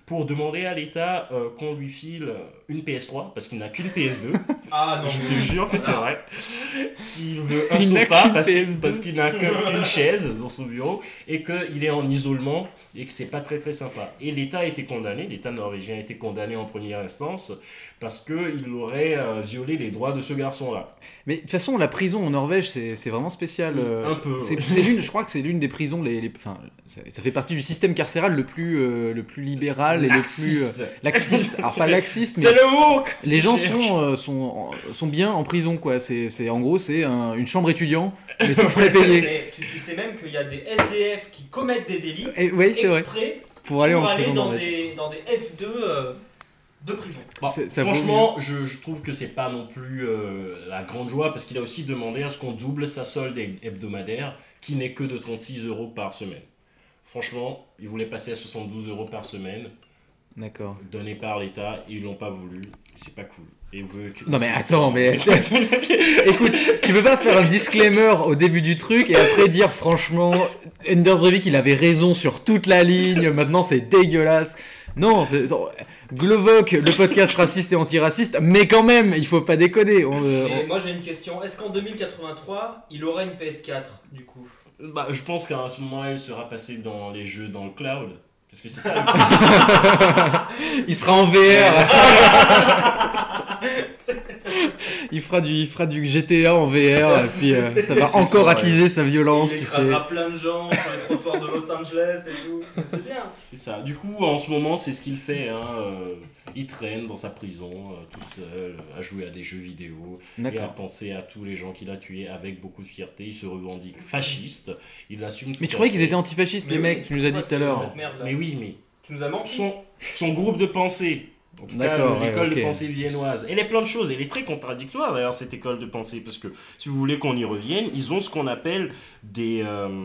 pour demander à l'État qu'on lui file une PS3, parce qu'il n'a qu'une PS2. Ah non, Je te jure que c'est vrai. Qu'il veut un Il n'a sofa qu'une parce qu'il n'a qu'une chaise dans son bureau et qu'il est en isolement et que c'est pas très très sympa. Et l'État a été condamné, l'État norvégien a été condamné en première instance parce qu'il aurait violé les droits de ce garçon-là. Mais de toute façon, la prison en Norvège, c'est vraiment spécial. Un peu. Je crois que c'est l'une des prisons, enfin, ça fait partie du système carcéral le plus libéral et Laxiste. le plus laxiste. Alors pas laxiste, mais C'est le mot que les tu gens cherches. sont bien en prison, quoi. En gros, c'est une chambre étudiant, mais tout frais payé. mais tu sais même qu'il y a des SDF qui commettent des délits Et oui, c'est vrai. exprès Pour aller en prison dans norvégienne. des F2 de prison. Bon, Ça vaut franchement, je trouve que c'est pas non plus la grande joie parce qu'il a aussi demandé à ce qu'on double sa solde hebdomadaire qui n'est que de 36 € par semaine. Franchement, il voulait passer à 72 € par semaine, D'accord. donné par l'État, et ils l'ont pas voulu. C'est pas cool. Et vous voulez que- Non mais attends, mais écoute, tu peux pas faire un disclaimer au début du truc et après dire franchement, Anders Breivik il avait raison sur toute la ligne, maintenant c'est dégueulasse. Non, Glovok, le podcast raciste et antiraciste, mais quand même, il faut pas déconner. Et moi j'ai une question, est-ce qu'en 2083 il aura une PS4 du coup? Bah, je pense qu'à ce moment-là, il sera passé dans les jeux dans le cloud. Parce que c'est ça. Il sera en VR. Il fera du GTA en VR, et puis ça va C'est encore ça, attiser sa violence, Il tu sais. écrasera plein de gens sur les trottoirs de Los Angeles et tout. Mais c'est bien. C'est ça. Du coup, en ce moment, c'est ce qu'il fait. Il traîne dans sa prison, tout seul, à jouer à des jeux vidéo et à D'accord. penser à tous les gens qu'il a tués avec beaucoup de fierté. Il se revendique fasciste. Il l'assume. Mais tout tu à croyais fait. qu'ils étaient antifascistes, les Mais mecs, oui, tu nous as dit c'est tout à quoi l'heure. cette merde-là Mais oui, mais Tu nous as menti. son groupe de pensée. En tout cas, D'accord, ouais, l'école ok. de pensée viennoise. Elle est plein de choses. Elle est très contradictoire d'ailleurs, cette école de pensée. Parce que si vous voulez qu'on y revienne, ils ont ce qu'on appelle des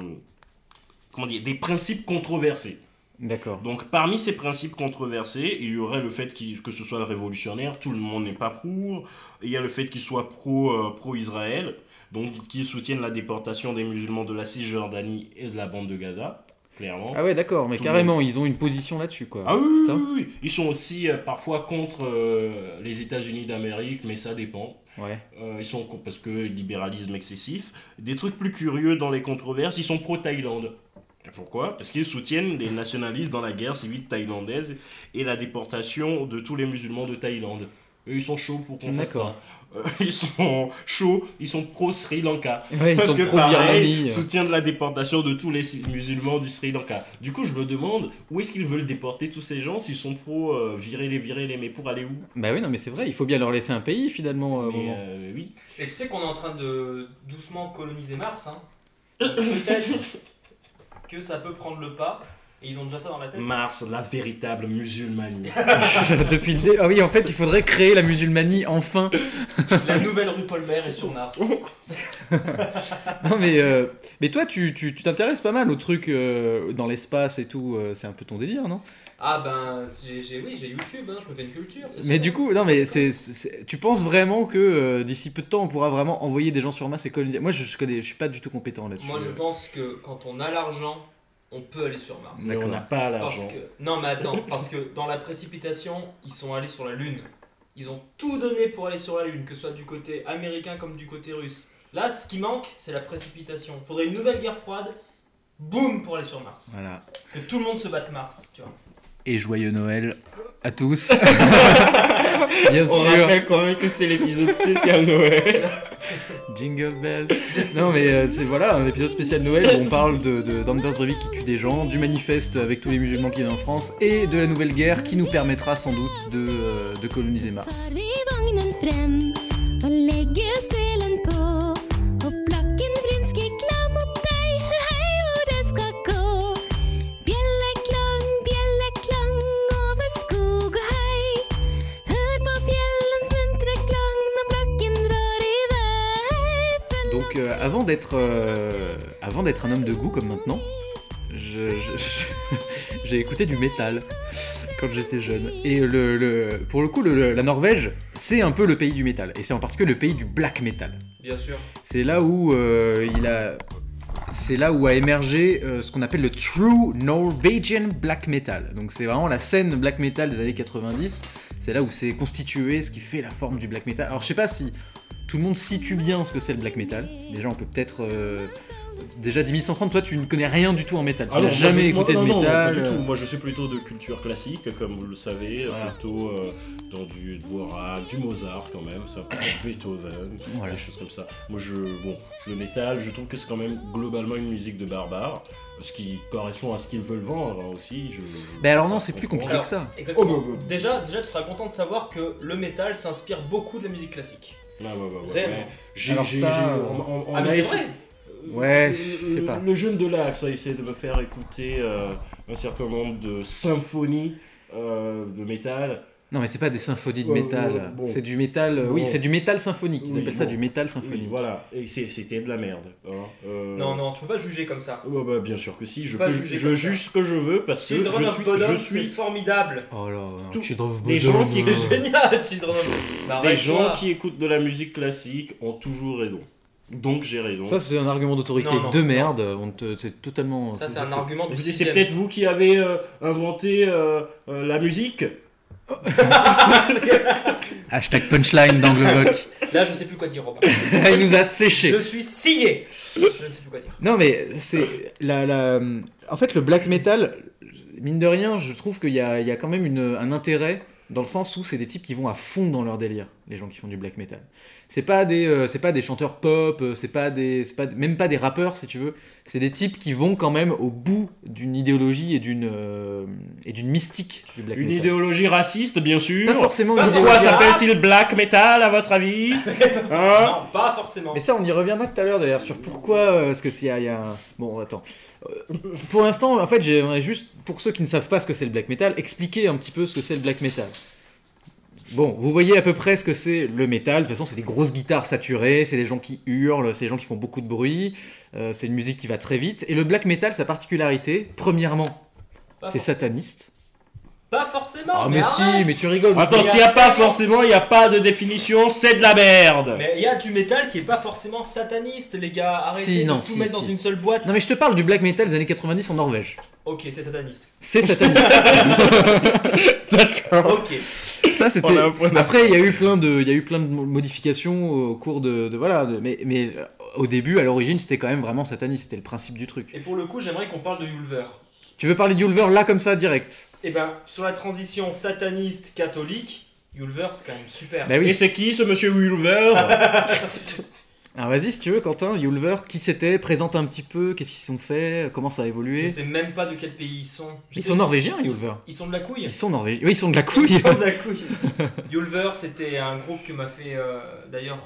principes controversés. D'accord. Donc parmi ces principes controversés, il y aurait le fait que ce soit révolutionnaire, tout le monde n'est pas pour. Il y a le fait qu'il soit pro-Israël, donc qui soutiennent la déportation des musulmans de la Cisjordanie et de la bande de Gaza, clairement. Ah ouais, d'accord, mais Tout carrément, ils ont une position là-dessus, quoi. Ah oui, Putain. oui, oui. Ils sont aussi parfois contre les États-Unis d'Amérique, mais ça dépend. Ouais. Ils sont parce que libéralisme excessif. Des trucs plus curieux dans les controverses, ils sont pro-Thaïlande. Et pourquoi ? Parce qu'ils soutiennent les nationalistes dans la guerre civile thaïlandaise et la déportation de tous les musulmans de Thaïlande. Eux, ils sont chauds pour qu'on fasse D'accord. ça. Ils sont chauds, ils sont pro-Sri Lanka. Ouais, ils Parce sont que pro-Birmanie. pareil, soutien de la déportation de tous les musulmans du Sri Lanka. Du coup, je me demande où est-ce qu'ils veulent déporter tous ces gens s'ils sont pro virer les, mais pour aller où ? Bah oui, non, mais c'est vrai, il faut bien leur laisser un pays, finalement, à un Mais moment. oui. Et tu sais qu'on est en train de doucement coloniser Mars, hein. Donc, peut-être que ça peut prendre le pas, et ils ont déjà ça dans la tête. Mars, la véritable musulmanie. Depuis Ah oui, en fait, il faudrait créer la musulmanie, enfin. La nouvelle rue Paul-Bert est sur Mars. Non, mais toi, tu t'intéresses pas mal aux trucs dans l'espace et tout, c'est un peu ton délire, non ? Ah ben, j'ai YouTube, hein, je me fais une culture, c'est Mais sûr. du coup, non, mais tu penses vraiment que d'ici peu de temps, on pourra vraiment envoyer des gens sur Mars et coloniser ? Moi, je suis pas du tout compétent là-dessus. Moi je pense que quand on a l'argent, on peut aller sur Mars. Mais on n'a pas Parce l'argent. que... Non mais attends, parce que dans la précipitation, ils sont allés sur la Lune. Ils ont tout donné pour aller sur la Lune, que ce soit du côté américain comme du côté russe. Là, ce qui manque, c'est la précipitation. Faudrait une nouvelle guerre froide, boum, pour aller sur Mars. Voilà. Que tout le monde se batte Mars, tu vois. Et joyeux Noël à tous. Bien On sûr. rappelle quand même que c'est l'épisode spécial Noël. Jingle bells. Non mais c'est voilà un épisode spécial Noël où on parle d'Anders Breivik qui tue des gens, du manifeste avec tous les musulmans qui viennent en France et de la nouvelle guerre qui nous permettra sans doute de coloniser Mars. Tar vi vognen frem og legger selen på. Og plakken vrinsker glad mot deg, hei hvor det skal gå. Bjelleklang over skog og hei. Hør på bjellens muntre klang når plakken drar i vei. Donc avant d'être un homme de goût comme maintenant, j'ai écouté du métal quand j'étais jeune. Et pour le coup, la Norvège, c'est un peu le pays du métal. Et c'est en particulier le pays du black metal. Bien sûr. C'est là où c'est là où a émergé ce qu'on appelle le True Norwegian Black Metal. Donc c'est vraiment la scène black metal des années 90. C'est là où c'est constitué, ce qui fait la forme du black metal. Alors je sais pas si tout le monde situe bien ce que c'est le black metal. Déjà on peut peut-être... Déjà 10130, toi tu ne connais rien du tout en métal. Tu n'as jamais écouté de métal. Non, pas du tout. Moi je suis plutôt de culture classique, comme vous le savez, plutôt dans du Dvorak, du Mozart quand même, ça peut être Beethoven, des choses comme ça. Moi le métal, je trouve que c'est quand même globalement une musique de barbare, ce qui correspond à ce qu'ils veulent vendre aussi. Alors non, c'est plus compliqué que ça. Exactement. Déjà tu seras content de savoir que le métal s'inspire beaucoup de la musique classique. Réellement. Mais c'est vrai. Ouais, je sais pas. Le jeune de l'Axe a essayé de me faire écouter un certain nombre de symphonies de métal. Non, mais c'est pas des symphonies de métal. C'est du métal. Oui, c'est du métal symphonique. Ils appellent ça du métal symphonique. Voilà, et c'était de la merde. Non, tu peux pas juger comme ça. Bien sûr que si. Je juge ce que je veux parce que je suis formidable. Oh là, les gens qui c'est génial, Children of Bodom. Les gens qui écoutent de la musique classique ont toujours raison. Donc j'ai raison. Ça c'est un argument d'autorité de merde. C'est totalement. Ça c'est un argument de. C'est peut-être vous qui avez inventé la musique. Hashtag punchline d'Anglevoc. Là je sais plus quoi dire, Robin. Il nous a séché. Je suis scié. Je ne sais plus quoi dire. Non mais c'est en fait le black metal, mine de rien, je trouve qu'il y a quand même un intérêt dans le sens où c'est des types qui vont à fond dans leur délire, les gens qui font du black metal. C'est pas des chanteurs pop, même pas des rappeurs si tu veux. C'est des types qui vont quand même au bout d'une idéologie et d'une mystique du black metal. Une idéologie raciste, bien sûr. Pas forcément une idéologie. Pourquoi s'appelle-t-il black metal à votre avis? Non, pas forcément. Mais ça, on y reviendra tout à l'heure d'ailleurs sur pourquoi. Parce que s'il y a un... Bon, attends. Pour l'instant, en fait, j'aimerais juste, pour ceux qui ne savent pas ce que c'est le black metal, expliquer un petit peu ce que c'est le black metal. Bon, vous voyez à peu près ce que c'est le métal. De toute façon, c'est des grosses guitares saturées, c'est des gens qui hurlent, c'est des gens qui font beaucoup de bruit, c'est une musique qui va très vite. Et le black metal, sa particularité, premièrement, c'est sataniste. Pas forcément. Ah mais si, mais tu rigoles. Attends, s'il n'y a pas forcément, il n'y a pas de définition, c'est de la merde. Mais il y a du métal qui est pas forcément sataniste, les gars. Arrêtez de tout mettre dans une seule boîte. Non mais je te parle du black metal des années 90 en Norvège. Ok, c'est sataniste. C'est sataniste. D'accord. Ok. Ça c'était. Après il y a eu plein de modifications au cours mais au début, à l'origine, c'était quand même vraiment sataniste. C'était le principe du truc. Et pour le coup, j'aimerais qu'on parle de Ulver. Tu veux parler d'Ulver là comme ça direct? Eh ben, sur la transition sataniste-catholique, Ulver c'est quand même super. Bah oui. Et c'est qui ce monsieur Ulver? Alors vas-y si tu veux Quentin, Ulver, qui c'était? Présente un petit peu, qu'est-ce qu'ils ont fait, comment ça a évolué? Je sais même pas de quel pays ils sont. Ils sont norvégiens, Ulver. Ils sont de la couille. Ils sont norvégiens. Oui, ils sont de la couille. Ils sont de la couille. Ulver c'était un groupe que m'a fait d'ailleurs...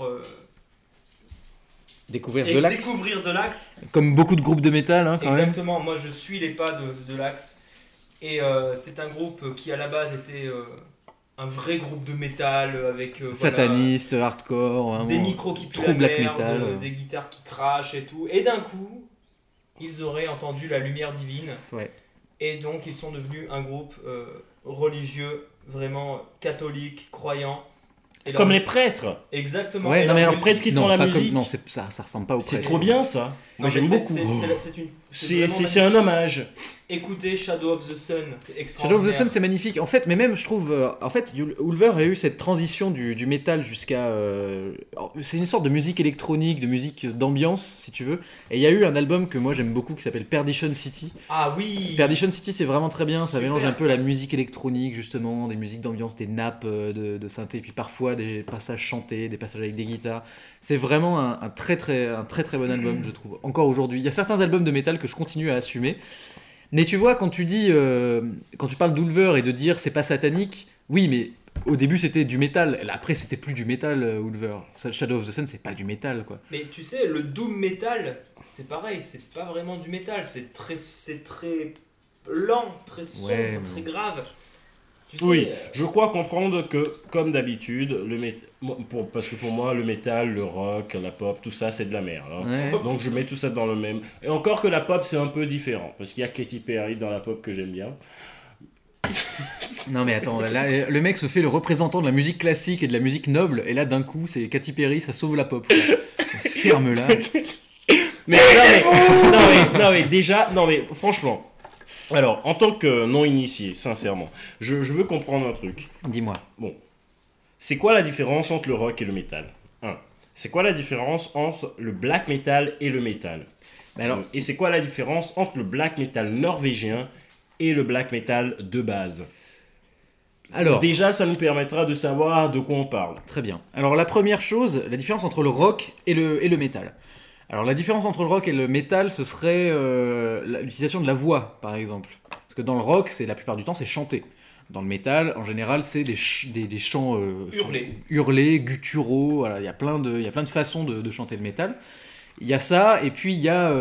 Découvrir de l'Axe. Découvrir de l'Axe. Comme beaucoup de groupes de métal, hein, quand Exactement, moi je suis les pas de l'Axe. Et c'est un groupe qui à la base était un vrai groupe de métal avec... sataniste, hardcore, vraiment, des micros qui puent la merde, des guitares qui crachent et tout. Et d'un coup, ils auraient entendu la lumière divine. Ouais. Et donc ils sont devenus un groupe religieux, vraiment catholique, croyant. Comme les prêtres. Exactement. Ouais, non, mais alors prêtres qui font la musique. Non, ça ressemble pas aux prêtres. C'est trop bien ça. Moi j'aime beaucoup. C'est un hommage. Écoutez Shadow of the Sun, c'est extraordinaire. Shadow of the Sun, c'est magnifique. En fait, mais même je trouve, Ulver a eu cette transition du métal jusqu'à. C'est une sorte de musique électronique, de musique d'ambiance, si tu veux. Et il y a eu un album que moi j'aime beaucoup qui s'appelle Perdition City. Ah oui. Perdition City, c'est vraiment très bien. Ça Super, mélange un peu la musique électronique justement, des musiques d'ambiance, des nappes de synthé, puis parfois des passages chantés, des passages avec des guitares. C'est vraiment un très très bon album, je trouve. Encore aujourd'hui, il y a certains albums de métal que je continue à assumer. Mais tu vois, quand tu parles d'Ulver et de dire c'est pas satanique, oui, mais au début c'était du métal. Après c'était plus du métal, Ulver. Shadow of the Sun, c'est pas du métal, quoi. Mais tu sais, le doom metal, c'est pareil, c'est pas vraiment du métal, c'est très lent, très sombre, très grave. Tu sais, oui, je crois comprendre que, comme d'habitude, parce que pour moi, le métal, le rock, la pop, tout ça, c'est de la merde. Hein. Ouais. Donc je mets tout ça dans le même. Et encore que la pop, c'est un peu différent, parce qu'il y a Katy Perry dans la pop que j'aime bien. Non mais attends, là, le mec se fait le représentant de la musique classique et de la musique noble, et là d'un coup, c'est Katy Perry, ça sauve la pop. Ferme-la. Non mais déjà, non mais franchement. Alors, en tant que non-initié, sincèrement, je veux comprendre un truc. Dis-moi. C'est quoi la différence entre le rock et le métal 1. C'est quoi la différence entre le black metal et le métal Mais alors, Et c'est quoi la différence entre le black metal norvégien et le black metal de base alors Déjà, ça nous permettra de savoir de quoi on parle. très bien. Alors la première chose, la différence entre le rock et le métal. Alors la différence entre le rock et le métal, ce serait l'utilisation de la voix, par exemple. Parce que dans le rock, la plupart du temps, c'est chanté. Dans le métal, en général, c'est des chants hurlés, gutturaux. Voilà, il y a plein de façons de chanter le métal. Il y a ça, et puis il y a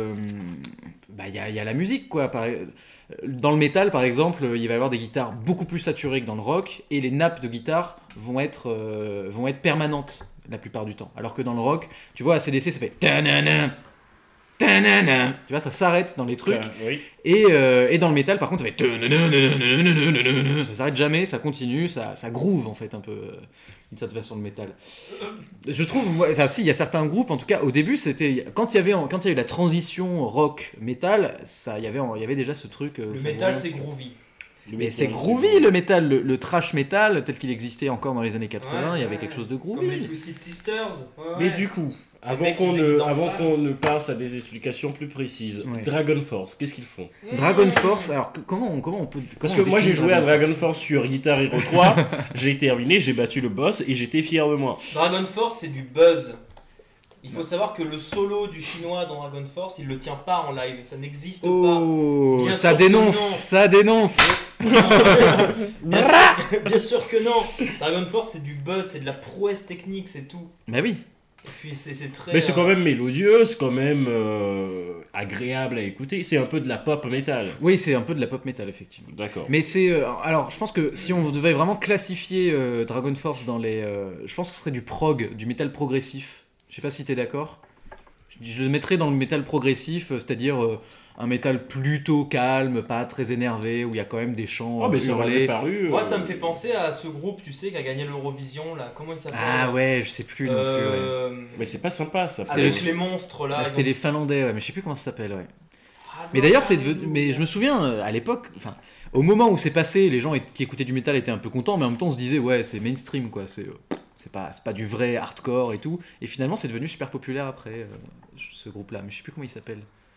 la musique, quoi. Dans le métal, par exemple, il va y avoir des guitares beaucoup plus saturées que dans le rock, et les nappes de guitare vont être permanentes la plupart du temps. Alors que dans le rock, tu vois, ACDC, ça fait ta-na-na, ta-na-na. Tu vois, ça s'arrête dans les trucs. Oui. Et dans le métal, par contre, ça fait ta-na-na-na-na-na-na-na-na. Ça s'arrête jamais, ça continue, ça groove en fait un peu d'une certaine façon le métal. Je trouve, enfin si, il y a certains groupes, en tout cas au début, c'était quand il y a eu la transition rock métal, il y avait déjà ce truc. Le métal, c'est groovy. Mais c'est groovy le métal, le trash metal tel qu'il existait encore dans les années 80, il y avait quelque chose de groovy. Comme les Twisted Sisters. Mais du coup, avant mecs qui se déguisent en femmes. qu'on ne passe à des explications plus précises, Ouais. Dragon Force, qu'est-ce qu'ils font Dragon Force, alors comment on peut. Parce comment que on moi j'ai définit joué à Dragon Force sur Guitar Hero 3, j'ai terminé, j'ai battu le boss et j'étais fier de moi. Dragon Force, c'est du buzz. Il faut savoir que le solo du chinois dans Dragon Force, il le tient pas en live, ça n'existe Oh, Bien ça sûr que dénonce, non. ça dénonce. pas. Bien sûr que non. Dragon Force, c'est du buzz, c'est de la prouesse technique, c'est tout. Bah oui. Et puis c'est très. Mais c'est quand même mélodieux, c'est quand même agréable à écouter, c'est un peu de la pop metal. Oui, c'est un peu de la pop metal effectivement. D'accord. Mais c'est alors je pense que si on devait vraiment classifier Dragon Force dans les je pense que ce serait du prog, du métal progressif. Je sais pas si t'es d'accord. Je le mettrais dans le métal progressif, c'est-à-dire un métal plutôt calme, pas très énervé, où il y a quand même des chants Oh, mais ça m'avait hurlés. paru. Moi, ça me fait penser à ce groupe, tu sais, qui a gagné l'Eurovision, là. Comment il s'appelle Ah ouais, je sais plus non plus. Ouais. Mais c'est pas sympa ça. Avec C'était les monstres, là. Là, ils c'était ont- les Finlandais, ouais, mais je sais plus comment ça s'appelle. Ouais. Ah, Mais non, d'ailleurs, carrément. mais je me souviens à l'époque, enfin, au moment où c'est passé, les gens qui écoutaient du métal étaient un peu contents, mais en même temps on se disait ouais, c'est mainstream quoi, c'est pas du vrai hardcore et tout. Et finalement, c'est devenu super populaire après ce groupe-là, mais je sais plus comment il s'appelle.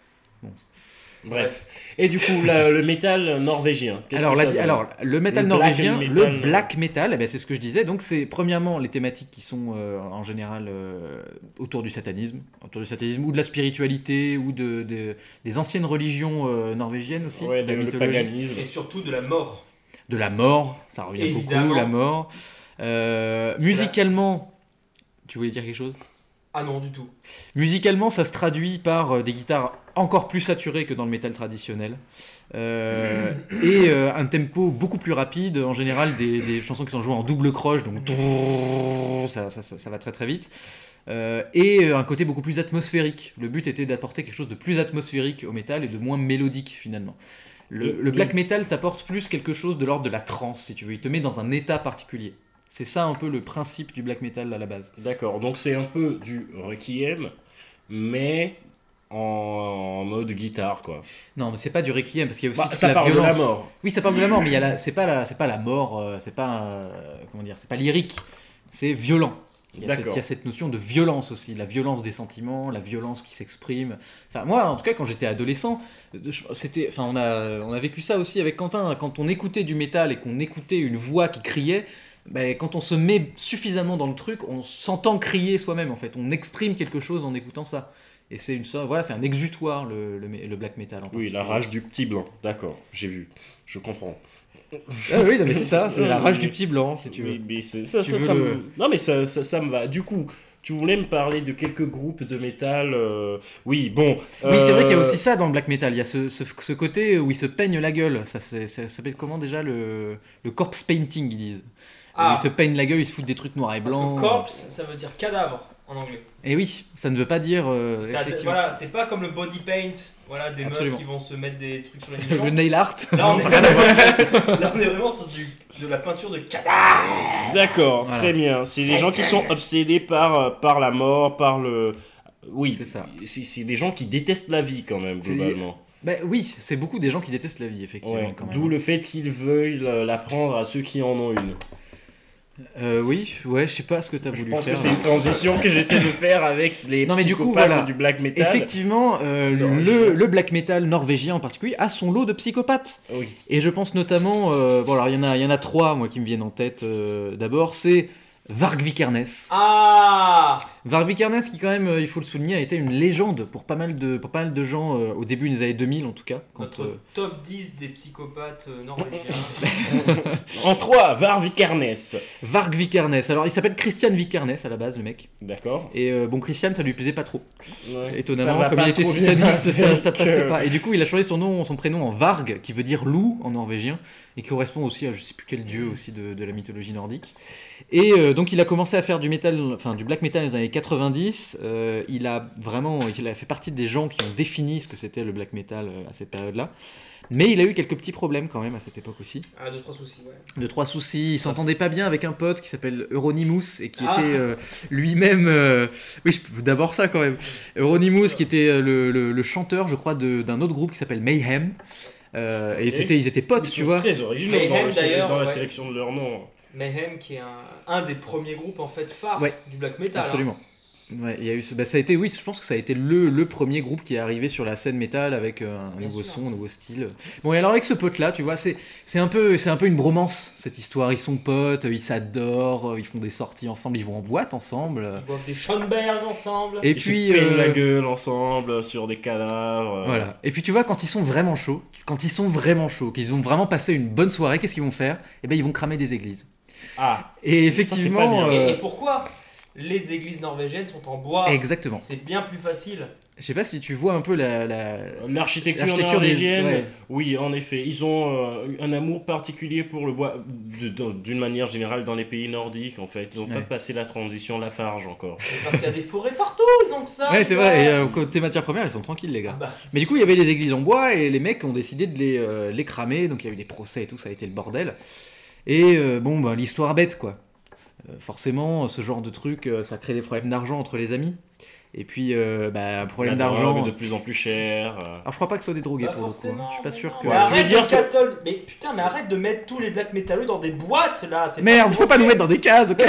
Bref. Et du coup, le métal norvégien. qu'est-ce Alors, que ça donne le métal Le norvégien, black le metal, black metal, eh ben, c'est ce que je disais. Donc, c'est premièrement les thématiques qui sont en général autour du satanisme ou de la spiritualité ou des anciennes religions norvégiennes aussi, Ouais, de la le mythologie. paganisme. Et surtout de la mort. De la mort, ça revient Évidemment. beaucoup, la mort. Musicalement, tu voulais dire quelque chose ? Ah non, du tout. Musicalement, ça se traduit par des guitares encore plus saturées que dans le métal traditionnel. Et un tempo beaucoup plus rapide, en général des chansons qui sont jouées en double croche, donc ça va très très vite. Et un côté beaucoup plus atmosphérique. Le but était d'apporter quelque chose de plus atmosphérique au métal et de moins mélodique finalement. Le black metal t'apporte plus quelque chose de l'ordre de la trance, si tu veux. Il te met dans un état particulier. C'est ça un peu le principe du black metal à la base. D'accord, donc c'est un peu du requiem, mais en mode guitare, quoi. Non, mais c'est pas du requiem parce qu'il y a aussi toute Ça la parle de violence. la mort. Oui, ça parle de la mort, mais c'est pas la mort, c'est pas comment dire, c'est pas lyrique, c'est violent. D'accord. Il y a cette notion de violence aussi, la violence des sentiments, la violence qui s'exprime. Enfin, moi, en tout cas, quand j'étais adolescent, on a vécu ça aussi avec Quentin. Quand on écoutait du métal et qu'on écoutait une voix qui criait, ben, quand on se met suffisamment dans le truc, on s'entend crier soi-même en fait. On exprime quelque chose en écoutant ça. Et c'est c'est un exutoire le black metal. En Oui, la particulier. rage du petit blanc. D'accord, j'ai vu. Je comprends. Ah oui, non, mais c'est ça, c'est la rage du petit blanc, si tu veux. Mais ça Tu veux me... Non, mais ça me va. Du coup, tu voulais me parler de quelques groupes de métal. Oui, bon. Oui, c'est vrai qu'il y a aussi ça dans le black metal. Il y a ce côté où ils se peignent la gueule. Ça s'appelle comment déjà le corpse painting, ils disent. Ah. Ils se peignent la gueule, ils se foutent des trucs noirs et Parce blancs. que corpse, ça veut dire cadavre en anglais. Et oui, ça ne veut pas dire. Effectivement. Voilà, c'est pas comme le body paint, voilà, des Absolument. meufs qui vont se mettre des trucs sur les Le nichons. nail art. Là, on Non, est ça n'a rien à voir. vraiment, là, on est vraiment sur de la peinture de cadavre. D'accord, Voilà. très bien. C'est des gens qui sont obsédés par la mort, par le... Oui, C'est ça. C'est des gens qui détestent la vie quand même, C'est- globalement. Bah oui, c'est beaucoup des gens qui détestent la vie, effectivement. Ouais, Quand même. d'où le fait qu'ils veuillent l'apprendre à ceux qui en ont une. Oui, ouais, je sais pas ce que t'as Je voulu pense faire. que c'est une transition que j'essaie de faire avec les Non, mais du coup, psychopathes voilà. du black metal. Effectivement, le black metal norvégien en particulier a son lot de psychopathes. Oui. Et je pense notamment, bon alors il y en a trois moi qui me viennent en tête. D'abord, c'est Varg Vikernes. Ah Varg Vikernes qui quand même, il faut le souligner, a été une légende pour pas mal de gens au début des années 2000 en tout cas. Quand, Notre top 10 des psychopathes norvégiens. En 3, Var Vikernes. Varg Vikernes. Alors il s'appelle Christian Vikernes à la base le mec. D'accord. Et bon Christian ça lui plaisait pas trop. Ouais. Ça Étonnamment, va comme pas il était trop bien sataniste, ça avec, passait pas. Et du coup, il a changé son prénom en Varg, qui veut dire loup en norvégien, et qui correspond aussi à je sais plus quel dieu aussi de la mythologie nordique. Et donc, il a commencé à faire du metal, enfin du black metal dans les années 90. Il a fait partie des gens qui ont défini ce que c'était le black metal à cette période-là. Mais il a eu quelques petits problèmes quand même à cette époque aussi. Ah, 2-3 soucis, ouais. 2-3 soucis, il s'entendait pas bien avec un pote qui s'appelle Euronymous et qui Ah. était lui-même... Oui, d'abord ça quand même. Euronymous qui était le chanteur, je crois, d'un autre groupe qui s'appelle Mayhem. Et ils étaient potes, Ils tu sont vois. très originaux Mayhem, dans d'ailleurs, la ouais. sélection de leur nom. Mayhem, qui est un des premiers groupes en fait phares Ouais, du black metal. Absolument. Ouais, il y a eu, ça a été, oui, je pense que ça a été le premier groupe qui est arrivé sur la scène métal avec un Bien nouveau sûr. son, un nouveau style. Bon, et alors avec ce pote-là, tu vois, c'est un peu une bromance cette histoire. Ils sont potes, ils s'adorent, ils font des sorties ensemble, ils vont en boîte ensemble. Ils boivent des Schoenberg ensemble. Et Ils puis, se peignent la gueule ensemble sur des cadavres. voilà. Et puis tu vois, quand ils sont vraiment chauds, qu'ils ont vraiment passé une bonne soirée, qu'est-ce qu'ils vont faire? Eh ben, ils vont cramer des églises. Ah, Et Ça, c'est effectivement, pas bien. Et pourquoi les églises norvégiennes sont en bois? exactement. C'est bien plus facile. Je sais pas si tu vois un peu l'architecture l'architecture norvégienne, ouais. oui, en effet. Ils ont un amour particulier pour le bois, d'une manière générale, dans les pays nordiques, en fait. Ils n'ont pas Ouais. passé la transition Lafarge encore. C'est parce qu'il y a des forêts partout, ils ont que ça. Ouais, c'est quoi. vrai. Et côté matières premières, ils sont tranquilles, les gars. Ah bah, Mais du coup, il y avait les églises en bois et les mecs ont décidé de les cramer. Donc il y a eu des procès et tout, ça a été le bordel. Et bon, bah, l'histoire bête, quoi. Forcément, ce genre de truc, ça crée des problèmes d'argent entre les amis. Et puis, un problème La d'argent. drogue de plus en plus cher. Alors, je crois pas que ce soit des drogués Pas pour le coup. forcément, Je suis pas mais sûr non. que. Mais tu veux arrête dire de catol- Mais putain, mais arrête de mettre tous les black métalleux dans des boîtes là. C'est Merde, pas faut pas nous mettre dans des cases, ok?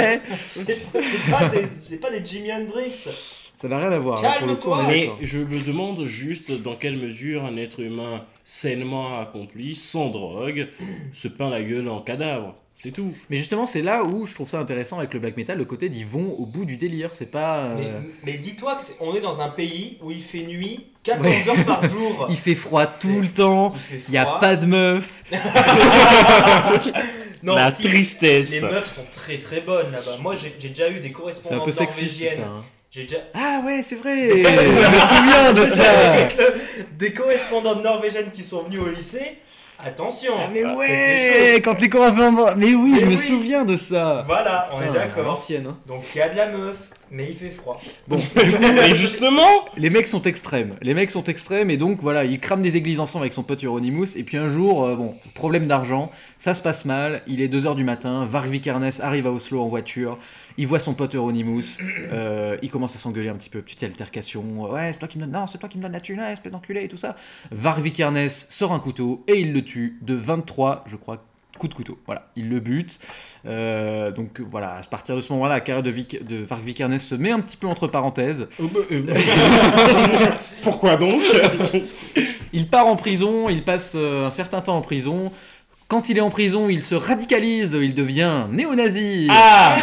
c'est pas des Jimi Hendrix. Ça n'a rien à voir. Là, pour le coup, on est Mais d'accord. je me demande juste dans quelle mesure un être humain sainement accompli, sans drogue, se peint la gueule en cadavre. C'est tout. Mais justement, c'est là où je trouve ça intéressant avec le black metal, le côté d'ils vont au bout du délire. C'est pas. Mais dis-toi que on est dans un pays où il fait nuit 14 heures par jour. Il fait froid C'est- tout le temps. Il fait Il y a froid. pas de meufs. Non, La si, tristesse. Les meufs sont très très bonnes là-bas. Moi j'ai déjà eu des C'est correspondantes un peu sexiste tout norvégiennes. ça. Hein. J'ai déjà Ah ouais, c'est vrai. Je me souviens de ça. Avec des correspondantes norvégiennes qui sont venues au lycée. Attention. Ah mais c'était ouais, chaud. quand les correspondants. Mais oui, Mais je me oui. souviens de ça. Voilà, on est Putain, à d'accord. l'ancienne, hein. Donc il y a de la meuf, mais il fait froid. Bon, Et justement, les mecs sont extrêmes. Les mecs sont extrêmes et donc voilà, ils crament des églises ensemble avec son pote Euronymous. Et puis un jour, bon, problème d'argent, ça se passe mal. Il est 2h du matin. Varg Vikernes arrive à Oslo en voiture. Il voit son pote Euronymous. Il commence à s'engueuler un petit peu. Petite altercation. Ouais, c'est toi qui me donne. Non, c'est toi qui me donne la thune, espèce d'enculé et tout ça. Varg Vikernes sort un couteau et il le tue de 23, je crois, coups de couteau. Voilà, il le bute. Donc voilà, à partir de ce moment-là, la carrière de Varg Vikernes se met un petit peu entre parenthèses. pourquoi donc? Il part en prison, il passe un certain temps en prison. Quand il est en prison, il se radicalise, il devient néo-nazi. Ah,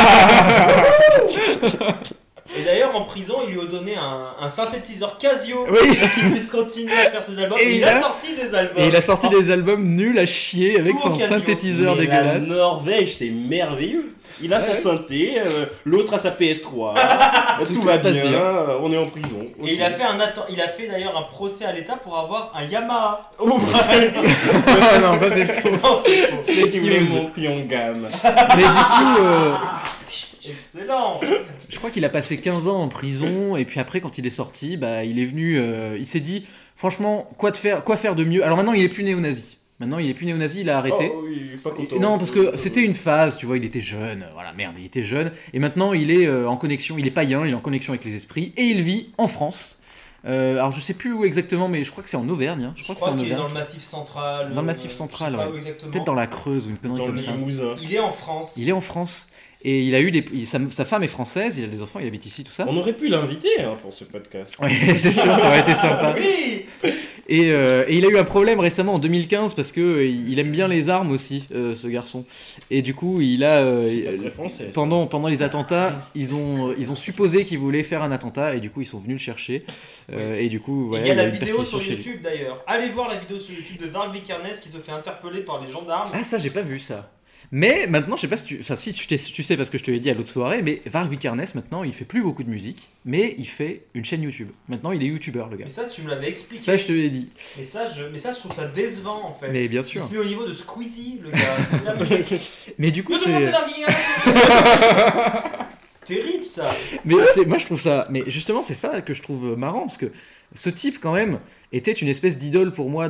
Et d'ailleurs, en prison, il lui a donné un synthétiseur Casio Oui. pour qu'il puisse continuer à faire ses albums. Et Et il il a a- sorti des albums. Et il a sorti des albums nuls à chier avec Tout son au Casio. synthétiseur Mais la dégueulasse. Norvège, c'est merveilleux. Il a sa Ouais. synthé, l'autre a sa PS3. tout Tout va se passe bien, bien. on est en prison. Et il a fait d'ailleurs un procès à l'État pour avoir un Yamaha. Ah non, ça c'est faux. Non, c'est faux. Il voulait monter en gamme. Mais du coup, Excellent. je crois qu'il a passé 15 ans en prison et puis après, quand il est sorti, bah, il est venu, il s'est dit, franchement, quoi faire de mieux? Alors maintenant, il est plus néo-nazi. Maintenant, il est plus néo-nazi, il a arrêté. Oh, oui, pas content. Non, parce que c'était une phase, tu vois, il était jeune, voilà, merde, il était jeune, et maintenant il est en connexion, il est païen, il est en connexion avec les esprits, et il vit en France. Alors je sais plus où exactement, mais je crois que c'est en Auvergne. Hein. Je que c'est crois en qu'il est Auvergne. dans le Massif Central. Dans le Massif Central, je sais pas ouais. où exactement. Peut-être dans la Creuse ou une connerie Dans comme le ça. Limousin. Il est en France. Il est en France. Et il a eu sa femme est française, il a des enfants, il habite ici, tout ça. On aurait pu l'inviter pour ce podcast. Ouais, c'est sûr, ça aurait été sympa. Oui. Et il a eu un problème récemment en 2015 parce que il aime bien les armes aussi, ce garçon. Et du coup, il a C'est pas très français. ça. pendant les attentats, ils ont supposé qu'il voulait faire un attentat et du coup ils sont venus le chercher. Et du coup, voilà, il y a la eu une vidéo perquisition sur chez lui. YouTube d'ailleurs. Allez voir la vidéo sur YouTube de Varg Vikernes qui se fait interpeller par les gendarmes. Ah ça j'ai pas vu ça. Mais maintenant je sais pas si tu sais parce que je te l'ai dit à l'autre soirée, mais Varg Vikernes maintenant il fait plus beaucoup de musique, mais il fait une chaîne YouTube. Maintenant il est youtubeur le gars. Mais ça, tu me l'avais expliqué. Ça je te l'ai dit. Mais ça, je trouve ça décevant en fait. Mais bien Il sûr. se met au niveau de Squeezie, le gars. C'est terminé. Mais du coup Mais tout le monde, c'est c'est Varg Vikernes. Terrible ça. mais moi je trouve ça mais justement c'est ça que je trouve marrant parce que ce type quand même était une espèce d'idole pour moi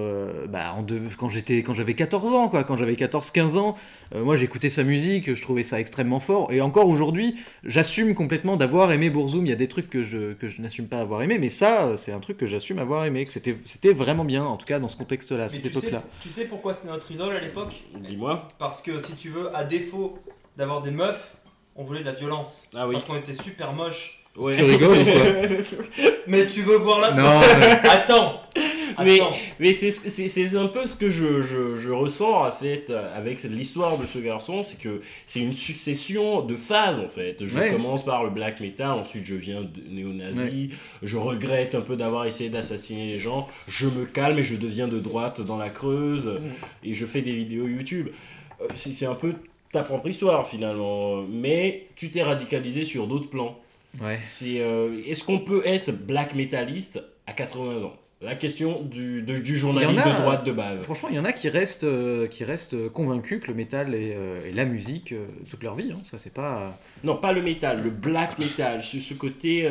quand j'avais 14 ans quoi, quand j'avais 14-15 ans, moi j'écoutais sa musique, je trouvais ça extrêmement fort et encore aujourd'hui, j'assume complètement d'avoir aimé Bourzoum, il y a des trucs que je n'assume pas avoir aimé mais ça c'est un truc que j'assume avoir aimé, que c'était vraiment bien en tout cas dans ce contexte-là, à Mais cette époque-là. tu sais pourquoi c'était notre idole à l'époque? Dis-moi. Parce que si tu veux, à défaut d'avoir des meufs, on voulait de la violence. Ah oui. Parce qu'on était super moches. Ouais. Tu rigoles ou quoi? Mais tu veux voir la... Non. Attends. Mais- Attends. Mais c'est un peu ce que je ressens en fait avec l'histoire de ce garçon, c'est que c'est une succession de phases en fait. Je Ouais. commence par le black metal, ensuite je viens de néo-nazi, je regrette un peu d'avoir essayé d'assassiner les gens, je me calme et je deviens de droite dans la Creuse et je fais des vidéos YouTube. C'est un peu ta propre histoire finalement, mais tu t'es radicalisé sur d'autres plans. Ouais. Est-ce qu'on peut être black metaliste à 80 ans? La question du journaliste Il y en a, de droite de base. Franchement, il y en a qui restent convaincus que le métal et la musique toute leur vie. Hein. Ça, c'est pas. Non, pas le métal, le black metal. Ce côté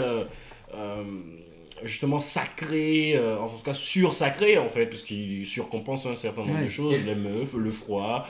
justement sacré, en tout cas sursacré en fait, parce qu'il surcompense un certain nombre Ouais. de choses, les meufs, le froid,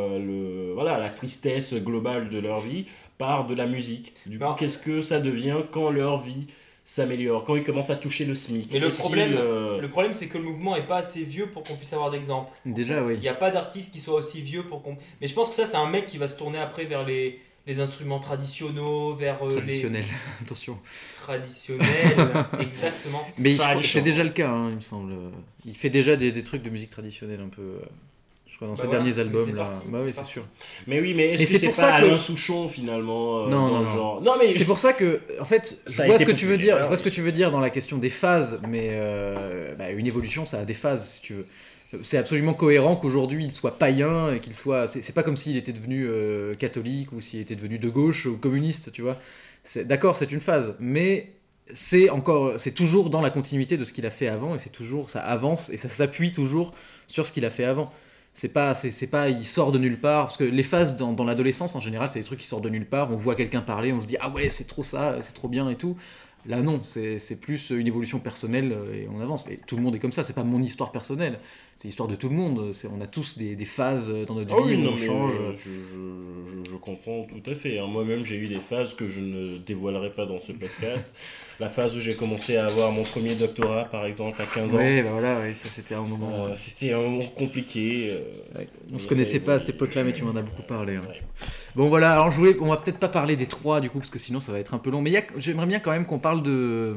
la tristesse globale de leur vie par de la musique. Du coup, Non. qu'est-ce que ça devient quand leur vie s'améliore, quand ils commencent à toucher le SMIC? Mais le Est-ce problème, qu'ils, le problème, c'est que le mouvement est pas assez vieux pour qu'on puisse avoir d'exemples. Déjà, oui. Il n'y a pas d'artiste qui soit aussi vieux pour qu'on. Mais je pense que ça, c'est un mec qui va se tourner après vers les instruments traditionnels, vers Traditionnel. Attention. les traditionnels, exactement. Mais je crois que Tradition. c'est déjà le cas, hein, il me semble. Il fait déjà des trucs de musique traditionnelle un peu. Je crois dans Bah ses voilà, derniers mais albums c'est là. parti, Bah c'est oui, c'est parti. sûr. Mais oui, mais est-ce Et que c'est c'est pour pas ça que- Alain Souchon finalement Non, dans non, le non. genre... Non mais C'est pour ça que, en fait, je Ça a vois été ce que tu veux populaire, dire. Je vois ce que oui. tu veux dire dans la question des phases, mais une évolution, ça a des phases, si tu veux. C'est absolument cohérent qu'aujourd'hui il soit païen et qu'il soit. C'est pas comme s'il était devenu catholique ou s'il était devenu de gauche ou communiste, tu vois. D'accord, c'est une phase, mais c'est toujours dans la continuité de ce qu'il a fait avant et c'est toujours ça avance et ça s'appuie toujours sur ce qu'il a fait avant. C'est pas il sort de nulle part parce que les phases dans l'adolescence en général c'est des trucs qui sortent de nulle part. On voit quelqu'un parler, on se dit ah ouais c'est trop ça, c'est trop bien et tout. Là non, c'est plus une évolution personnelle et on avance. Et tout le monde est comme ça, c'est pas mon histoire personnelle, c'est l'histoire de tout le monde. On a tous des phases dans notre Ah vie oui, où non, on mais, change. je comprends tout à fait. Hein. Moi-même, j'ai eu des phases que je ne dévoilerai pas dans ce podcast. La phase où j'ai commencé à avoir mon premier doctorat, par exemple, à 15 ans. Ouais, bah voilà, ouais, ça c'était un moment. C'était un moment compliqué. Ouais. On se mais connaissait c'est- pas à cette époque-là, mais tu m'en as beaucoup parlé. Hein. Ouais. Bon voilà, alors on va peut-être pas parler des trois du coup, parce que sinon ça va être un peu long. Mais j'aimerais bien quand même qu'on parle